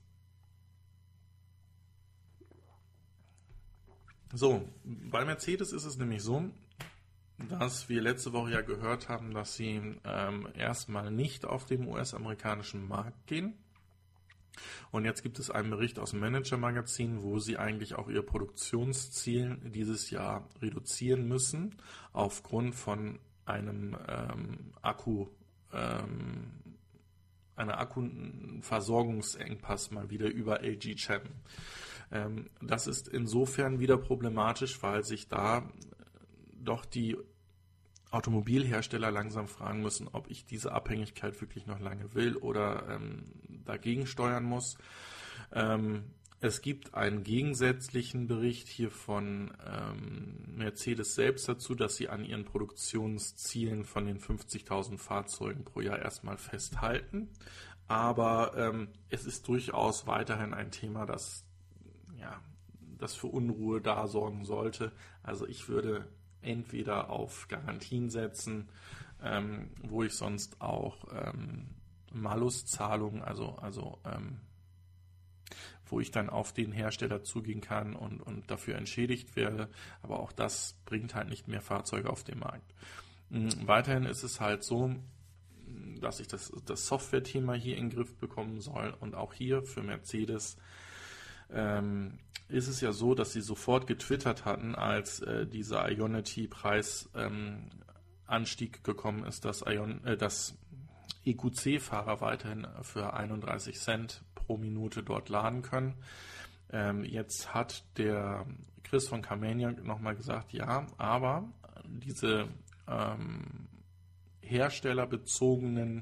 So, bei Mercedes ist es nämlich so, dass wir letzte Woche ja gehört haben, dass sie ähm, erstmal nicht auf dem U S-amerikanischen Markt gehen. Und jetzt gibt es einen Bericht aus dem Manager-Magazin, wo sie eigentlich auch ihr Produktionsziel dieses Jahr reduzieren müssen, aufgrund von einem ähm, Akku, ähm, einer Akkuversorgungsengpass mal wieder über L G Chem. Ähm, das ist insofern wieder problematisch, weil sich da doch die Automobilhersteller langsam fragen müssen, ob ich diese Abhängigkeit wirklich noch lange will oder ähm, dagegen steuern muss. Ähm, es gibt einen gegensätzlichen Bericht hier von ähm, Mercedes selbst dazu, dass sie an ihren Produktionszielen von den fünfzigtausend Fahrzeugen pro Jahr erstmal festhalten. Aber ähm, es ist durchaus weiterhin ein Thema, das, ja, das für Unruhe da sorgen sollte. Also ich würde entweder auf Garantien setzen, ähm, wo ich sonst auch ähm, Maluszahlungen, also, also ähm, wo ich dann auf den Hersteller zugehen kann und, und dafür entschädigt werde. Aber auch das bringt halt nicht mehr Fahrzeuge auf den Markt. Ähm, weiterhin ist es halt so, dass ich das, das Software-Thema hier in den Griff bekommen soll. Und auch hier für Mercedes ähm, ist es ja so, dass sie sofort getwittert hatten, als äh, dieser Ionity-Preisanstieg ähm, gekommen ist, dass, Ion, äh, dass E Q C-Fahrer weiterhin für einunddreißig Cent pro Minute dort laden können. Ähm, jetzt hat der Chris von Carmaniac nochmal gesagt, ja, aber diese ähm, herstellerbezogenen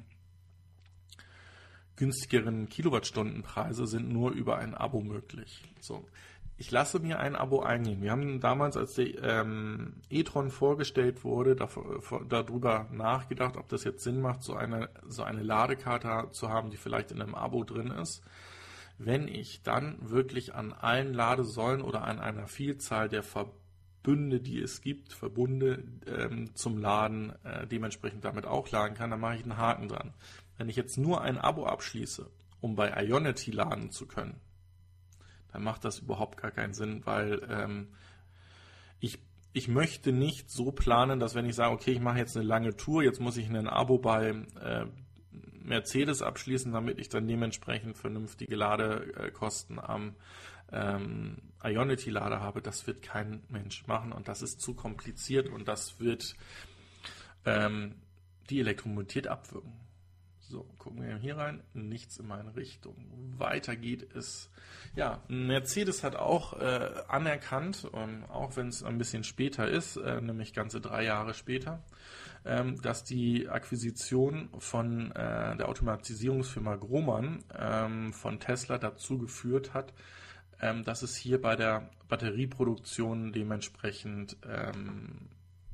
günstigeren Kilowattstundenpreise sind nur über ein Abo möglich. So, ich lasse mir ein Abo eingehen. Wir haben damals, als der ähm, e-tron vorgestellt wurde, davor, darüber nachgedacht, ob das jetzt Sinn macht, so eine, so eine Ladekarte zu haben, die vielleicht in einem Abo drin ist. Wenn ich dann wirklich an allen Ladesäulen oder an einer Vielzahl der Verbünde, die es gibt, Verbunde ähm, zum Laden, äh, dementsprechend damit auch laden kann, dann mache ich einen Haken dran. Wenn ich jetzt nur ein Abo abschließe, um bei Ionity laden zu können, dann macht das überhaupt gar keinen Sinn, weil ähm, ich, ich möchte nicht so planen, dass wenn ich sage, okay, ich mache jetzt eine lange Tour, jetzt muss ich ein Abo bei äh, Mercedes abschließen, damit ich dann dementsprechend vernünftige Ladekosten am ähm, Ionity-Lader habe. Das wird kein Mensch machen und das ist zu kompliziert und das wird ähm, die Elektromobilität abwürgen. So, gucken wir hier rein. Nichts in meine Richtung. Weiter geht es. Ja, Mercedes hat auch äh, anerkannt, ähm, auch wenn es ein bisschen später ist, äh, nämlich ganze drei Jahre später, ähm, dass die Akquisition von äh, der Automatisierungsfirma Grohmann ähm, von Tesla dazu geführt hat, ähm, dass es hier bei der Batterieproduktion dementsprechend ähm,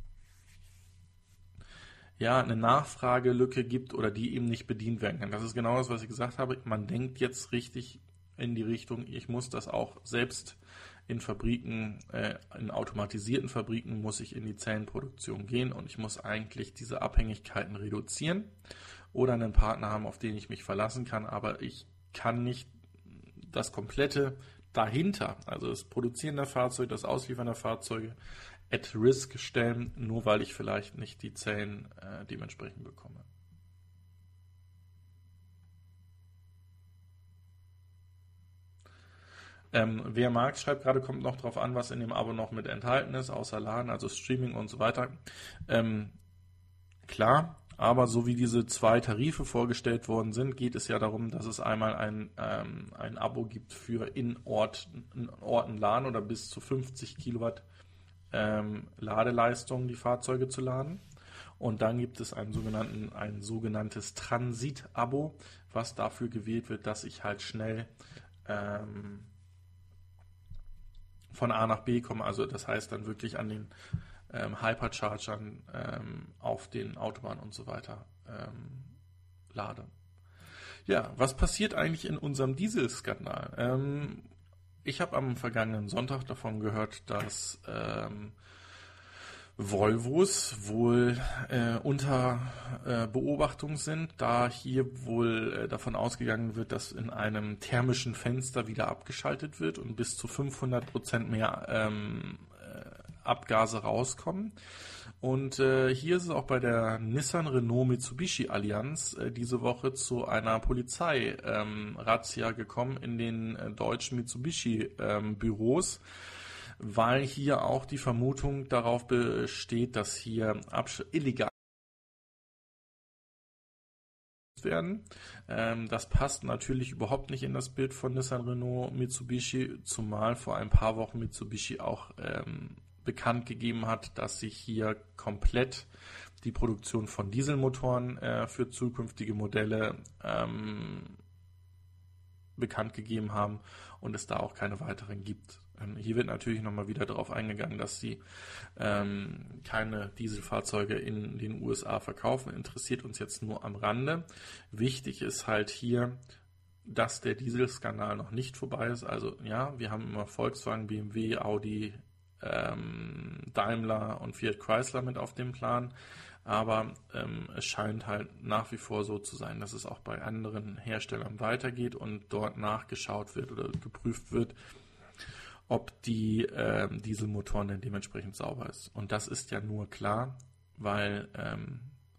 ja, eine Nachfragelücke gibt oder die eben nicht bedient werden kann. Das ist genau das, was ich gesagt habe. Man denkt jetzt richtig in die Richtung, ich muss das auch selbst in Fabriken, äh, in automatisierten Fabriken muss ich in die Zellenproduktion gehen und ich muss eigentlich diese Abhängigkeiten reduzieren oder einen Partner haben, auf den ich mich verlassen kann, aber ich kann nicht das komplette dahinter, also das Produzieren der Fahrzeuge, das Ausliefern der Fahrzeuge, at risk stellen, nur weil ich vielleicht nicht die Zellen äh, dementsprechend bekomme. Ähm, wer mag, schreibt gerade, kommt noch drauf an, was in dem Abo noch mit enthalten ist, außer LAN, also Streaming und so weiter. Ähm, klar, aber so wie diese zwei Tarife vorgestellt worden sind, geht es ja darum, dass es einmal ein, ähm, ein Abo gibt für in Ort, in Orten LAN oder bis zu fünfzig Kilowatt ähm, Ladeleistung, die Fahrzeuge zu laden. Und dann gibt es einen sogenannten, ein sogenanntes Transit-Abo, was dafür gewählt wird, dass ich halt schnell ähm, von A nach B komme, also das heißt dann wirklich an den ähm, Hyperchargern ähm, auf den Autobahnen und so weiter ähm, lade. Ja, was passiert eigentlich in unserem Dieselskandal? Ähm, ich habe am vergangenen Sonntag davon gehört, dass ähm, Volvos wohl äh, unter äh, Beobachtung sind, da hier wohl äh, davon ausgegangen wird, dass in einem thermischen Fenster wieder abgeschaltet wird und bis zu fünfhundert Prozent mehr ähm, äh, Abgase rauskommen. Und äh, hier ist es auch bei der Nissan-Renault-Mitsubishi-Allianz äh, diese Woche zu einer Polizei-Razzia ähm, gekommen in den äh, deutschen Mitsubishi-Büros. Ähm, weil hier auch die Vermutung darauf besteht, dass hier Absch- illegal werden. Ähm, das passt natürlich überhaupt nicht in das Bild von Nissan, Renault, Mitsubishi, zumal vor ein paar Wochen Mitsubishi auch ähm, bekannt gegeben hat, dass sich hier komplett die Produktion von Dieselmotoren äh, für zukünftige Modelle ähm, bekannt gegeben haben und es da auch keine weiteren gibt. Ähm, hier wird natürlich nochmal wieder darauf eingegangen, dass sie ähm, keine Dieselfahrzeuge in den U S A verkaufen. Interessiert uns jetzt nur am Rande. Wichtig ist halt hier, dass der Dieselskandal noch nicht vorbei ist. Also ja, wir haben immer Volkswagen, B M W, Audi, ähm, Daimler und Fiat Chrysler mit auf dem Plan. Aber ähm, es scheint halt nach wie vor so zu sein, dass es auch bei anderen Herstellern weitergeht und dort nachgeschaut wird oder geprüft wird, ob die ähm, Dieselmotoren denn dementsprechend sauber ist. Und das ist ja nur klar, weil ähm,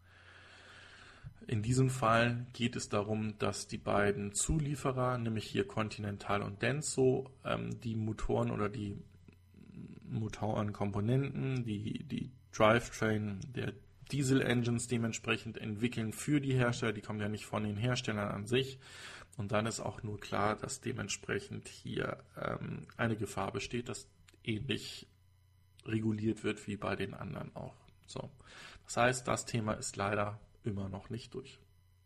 in diesem Fall geht es darum, dass die beiden Zulieferer, nämlich hier Continental und Denso, ähm, die Motoren oder die Motorenkomponenten, die, die Drivetrain der Diesel-Engines dementsprechend entwickeln für die Hersteller. Die kommen ja nicht von den Herstellern an sich. Und dann ist auch nur klar, dass dementsprechend hier ähm, eine Gefahr besteht, dass ähnlich reguliert wird wie bei den anderen auch. So. Das heißt, das Thema ist leider immer noch nicht durch.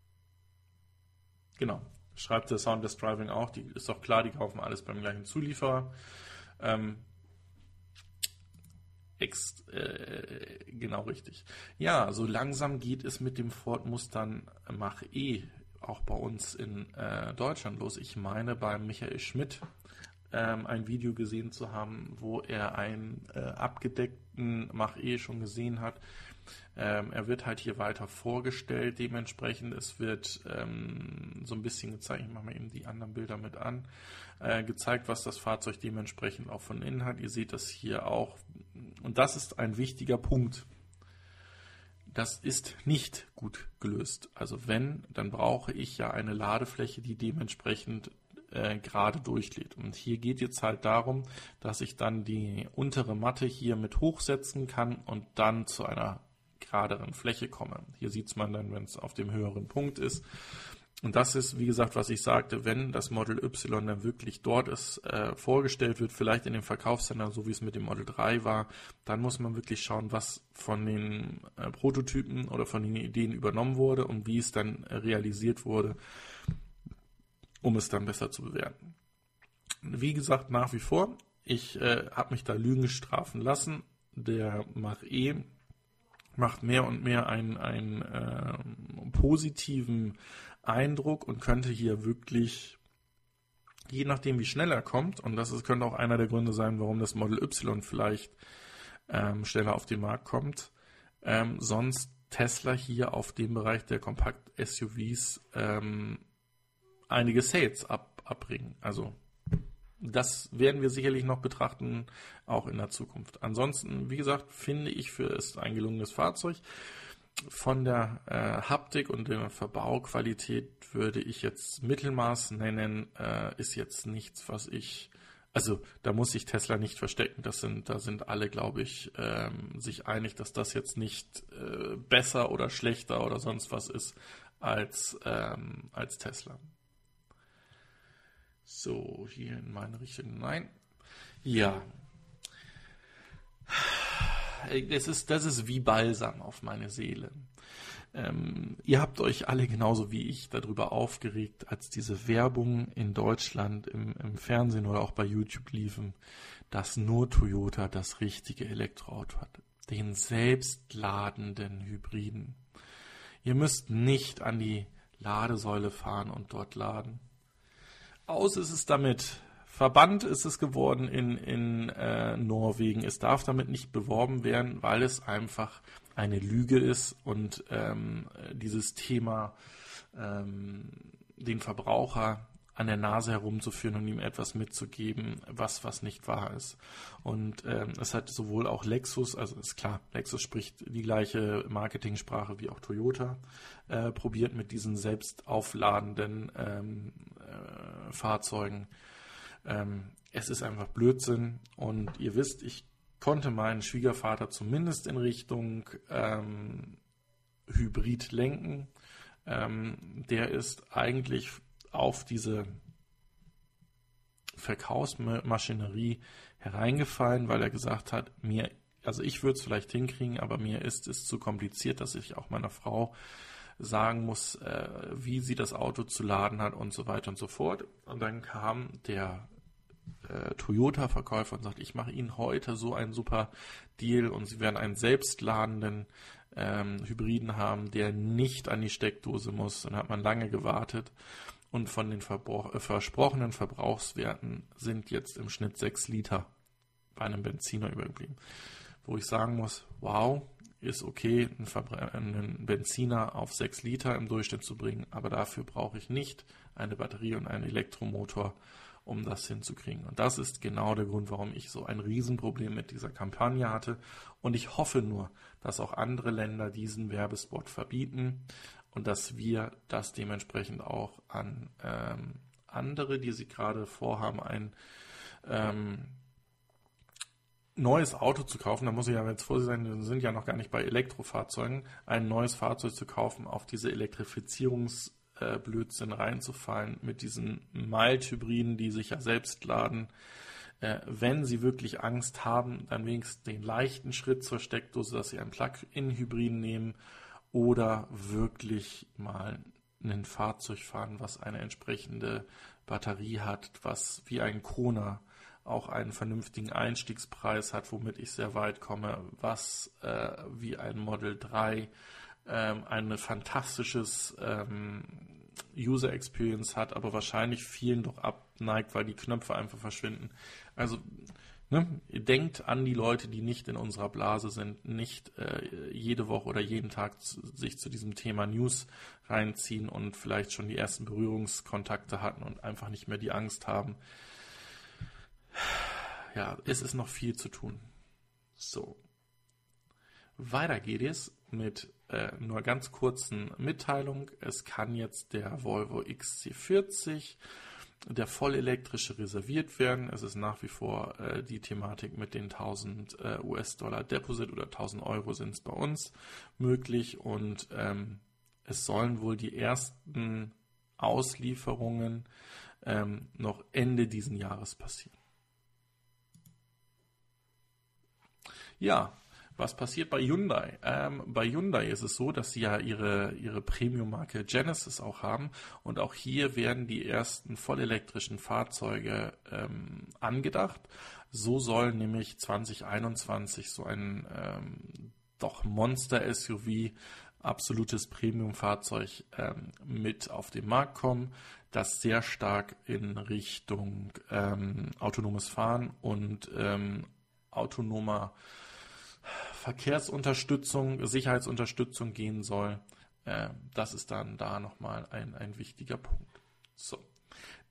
Genau. Schreibt der Soundless Driving auch. Die ist doch klar, die kaufen alles beim gleichen Zulieferer. Ähm, Ex, äh, genau richtig. Ja, so langsam geht es mit dem Ford Mustang Mach-E auch bei uns in äh, Deutschland los. Ich meine, bei Michael Schmidt ähm, ein Video gesehen zu haben, wo er einen äh, abgedeckten Mach-E schon gesehen hat. Ähm, er wird halt hier weiter vorgestellt. Dementsprechend, es wird ähm, so ein bisschen gezeigt, ich mache mal eben die anderen Bilder mit an, äh, gezeigt, was das Fahrzeug dementsprechend auch von innen hat. Ihr seht das hier auch. Und das ist ein wichtiger Punkt. Das ist nicht gut gelöst. Also wenn, dann brauche ich ja eine Ladefläche, die dementsprechend äh, gerade durchlädt. Und hier geht jetzt halt darum, dass ich dann die untere Matte hier mit hochsetzen kann und dann zu einer geraderen Fläche komme. Hier sieht man dann, wenn es auf dem höheren Punkt ist. Und das ist, wie gesagt, was ich sagte, wenn das Model Y dann wirklich dort ist, äh, vorgestellt wird, vielleicht in dem Verkaufscenter, so wie es mit dem Model drei war, dann muss man wirklich schauen, was von den äh, Prototypen oder von den Ideen übernommen wurde und wie es dann äh, realisiert wurde, um es dann besser zu bewerten. Wie gesagt, nach wie vor, ich äh, habe mich da Lügen strafen lassen. Der Mach-E macht mehr und mehr einen, einen äh, positiven Eindruck und könnte hier wirklich, je nachdem wie schnell er kommt, und das ist, könnte auch einer der Gründe sein, warum das Model Y vielleicht ähm, schneller auf den Markt kommt, ähm, sonst Tesla hier auf dem Bereich der Kompakt-S U Vs ähm, einige Sales ab, abbringen. Also das werden wir sicherlich noch betrachten, auch in der Zukunft. Ansonsten, wie gesagt, finde ich für es ein gelungenes Fahrzeug. Von der äh, Haptik und der Verbauqualität würde ich jetzt Mittelmaß nennen, äh, ist jetzt nichts, was ich, also da muss sich Tesla nicht verstecken. Das sind, da sind alle, glaube ich, ähm, sich einig, dass das jetzt nicht äh, besser oder schlechter oder sonst was ist als, ähm, als Tesla. So, hier in meine Richtung. Nein. Ja. Es ist, das ist wie Balsam auf meine Seele. Ähm, ihr habt euch alle genauso wie ich darüber aufgeregt, als diese Werbung in Deutschland im, im Fernsehen oder auch bei YouTube liefen, dass nur Toyota das richtige Elektroauto hat. Den selbstladenden Hybriden. Ihr müsst nicht an die Ladesäule fahren und dort laden. Aus ist es damit. Verbannt ist es geworden in, in äh, Norwegen. Es darf damit nicht beworben werden, weil es einfach eine Lüge ist und ähm, dieses Thema, ähm, den Verbraucher an der Nase herumzuführen und ihm etwas mitzugeben, was was nicht wahr ist. Und ähm, es hat sowohl auch Lexus, also ist klar, Lexus spricht die gleiche Marketingsprache wie auch Toyota, äh, probiert mit diesen selbst aufladenden ähm, äh, Fahrzeugen. Ähm, es ist einfach Blödsinn und ihr wisst, ich konnte meinen Schwiegervater zumindest in Richtung ähm, Hybrid lenken. Ähm, der ist eigentlich auf diese Verkaufsmaschinerie hereingefallen, weil er gesagt hat, mir, also ich würde es vielleicht hinkriegen, aber mir ist es zu kompliziert, dass ich auch meiner Frau sagen muss, äh, wie sie das Auto zu laden hat und so weiter und so fort. Und dann kam der äh, Toyota-Verkäufer und sagt, ich mache Ihnen heute so einen super Deal und Sie werden einen selbstladenden ähm, Hybriden haben, der nicht an die Steckdose muss. Dann hat man lange gewartet und von den Verbra- äh, versprochenen Verbrauchswerten sind jetzt im Schnitt sechs Liter bei einem Benziner übergeblieben. Wo ich sagen muss, wow, ist okay, einen, Verbra- einen Benziner auf sechs Liter im Durchschnitt zu bringen, aber dafür brauche ich nicht eine Batterie und einen Elektromotor, um das hinzukriegen. Und das ist genau der Grund, warum ich so ein Riesenproblem mit dieser Kampagne hatte. Und ich hoffe nur, dass auch andere Länder diesen Werbespot verbieten und dass wir das dementsprechend auch an ähm, andere, die sie gerade vorhaben, ein ähm, neues Auto zu kaufen, da muss ich ja jetzt vorsichtig sein, wir sind ja noch gar nicht bei Elektrofahrzeugen, ein neues Fahrzeug zu kaufen, auf diese Elektrifizierungsblödsinn reinzufallen, mit diesen Mild-Hybriden, die sich ja selbst laden. Äh, wenn Sie wirklich Angst haben, dann wenigstens den leichten Schritt zur Steckdose, dass Sie einen Plug-in-Hybriden nehmen oder wirklich mal ein Fahrzeug fahren, was eine entsprechende Batterie hat, was wie ein Kona auch einen vernünftigen Einstiegspreis hat, womit ich sehr weit komme, was äh, wie ein Model drei ähm, ein fantastisches ähm, User Experience hat, aber wahrscheinlich vielen doch abneigt, weil die Knöpfe einfach verschwinden. Also ne, ihr denkt an die Leute, die nicht in unserer Blase sind, nicht äh, jede Woche oder jeden Tag zu, sich zu diesem Thema News reinziehen und vielleicht schon die ersten Berührungskontakte hatten und einfach nicht mehr die Angst haben. Ja, es ist noch viel zu tun. So. Weiter geht es mit äh, nur ganz kurzen Mitteilung. Es kann jetzt der Volvo X C vierzig, der vollelektrische, reserviert werden. Es ist nach wie vor äh, die Thematik mit den tausend äh, U S-Dollar Deposit oder tausend Euro sind es bei uns möglich und ähm, es sollen wohl die ersten Auslieferungen ähm, noch Ende diesen Jahres passieren. Ja, was passiert bei Hyundai? Ähm, bei Hyundai ist es so, dass sie ja ihre, ihre Premium-Marke Genesis auch haben und auch hier werden die ersten vollelektrischen Fahrzeuge ähm, angedacht. So soll nämlich zwanzig einundzwanzig so ein ähm, doch Monster-S U V, absolutes Premium-Fahrzeug ähm, mit auf den Markt kommen, das sehr stark in Richtung ähm, autonomes Fahren und ähm, autonomer Verkehrsunterstützung, Sicherheitsunterstützung gehen soll. Äh, das ist dann da nochmal ein, ein wichtiger Punkt. So.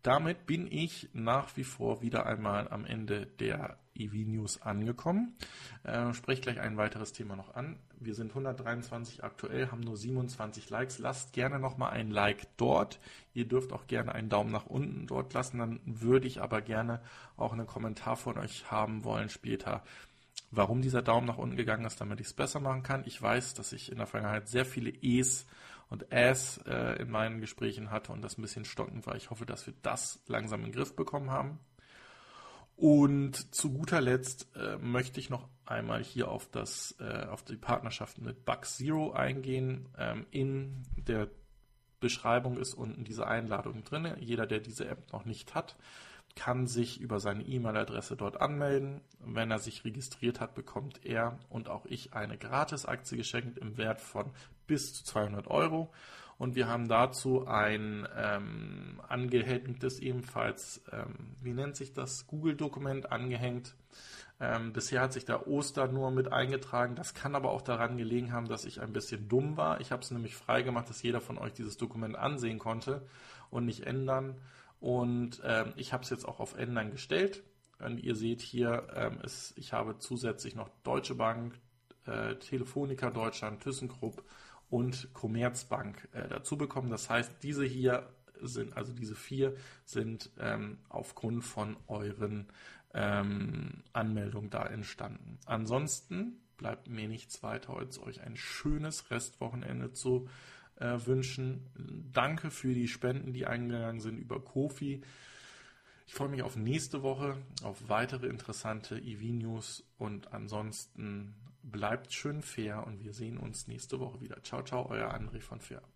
damit bin ich nach wie vor wieder einmal am Ende der E V-News angekommen. Äh, spreche gleich ein weiteres Thema noch an. Wir sind hundertdreiundzwanzig aktuell, haben nur siebenundzwanzig Likes. Lasst gerne nochmal ein Like dort. Ihr dürft auch gerne einen Daumen nach unten dort lassen. Dann würde ich aber gerne auch einen Kommentar von euch haben wollen später, warum dieser Daumen nach unten gegangen ist, damit ich es besser machen kann. Ich weiß, dass ich in der Vergangenheit sehr viele E's und Äs äh, in meinen Gesprächen hatte und das ein bisschen stockend war. Ich hoffe, dass wir das langsam in den Griff bekommen haben. Und zu guter Letzt äh, möchte ich noch einmal hier auf, das, äh, auf die Partnerschaft mit Bugzero eingehen. Ähm, in der Beschreibung ist unten diese Einladung drin. Jeder, der diese App noch nicht hat, kann sich über seine E-Mail-Adresse dort anmelden. Wenn er sich registriert hat, bekommt er und auch ich eine Gratis-Aktie geschenkt im Wert von bis zu zweihundert Euro. Und wir haben dazu ein ähm, angehängtes, ebenfalls, ähm, wie nennt sich das, Google-Dokument angehängt. Ähm, bisher hat sich da Oster nur mit eingetragen. Das kann aber auch daran gelegen haben, dass ich ein bisschen dumm war. Ich habe es nämlich freigemacht, dass jeder von euch dieses Dokument ansehen konnte und nicht ändern. Und ähm, ich habe es jetzt auch auf Ändern gestellt. Und ihr seht hier, ähm, ist, ich habe zusätzlich noch Deutsche Bank, äh, Telefonica Deutschland, ThyssenKrupp und Commerzbank äh, dazu bekommen. Das heißt, diese hier sind, also diese vier sind ähm, aufgrund von euren ähm, Anmeldungen da entstanden. Ansonsten bleibt mir nichts weiter, als euch ein schönes Restwochenende zu äh, wünschen. Danke für die Spenden, die eingegangen sind über Ko-fi. Ich freue mich auf nächste Woche, auf weitere interessante E V-News und ansonsten bleibt schön fair und wir sehen uns nächste Woche wieder. Ciao, ciao, euer André von Fair.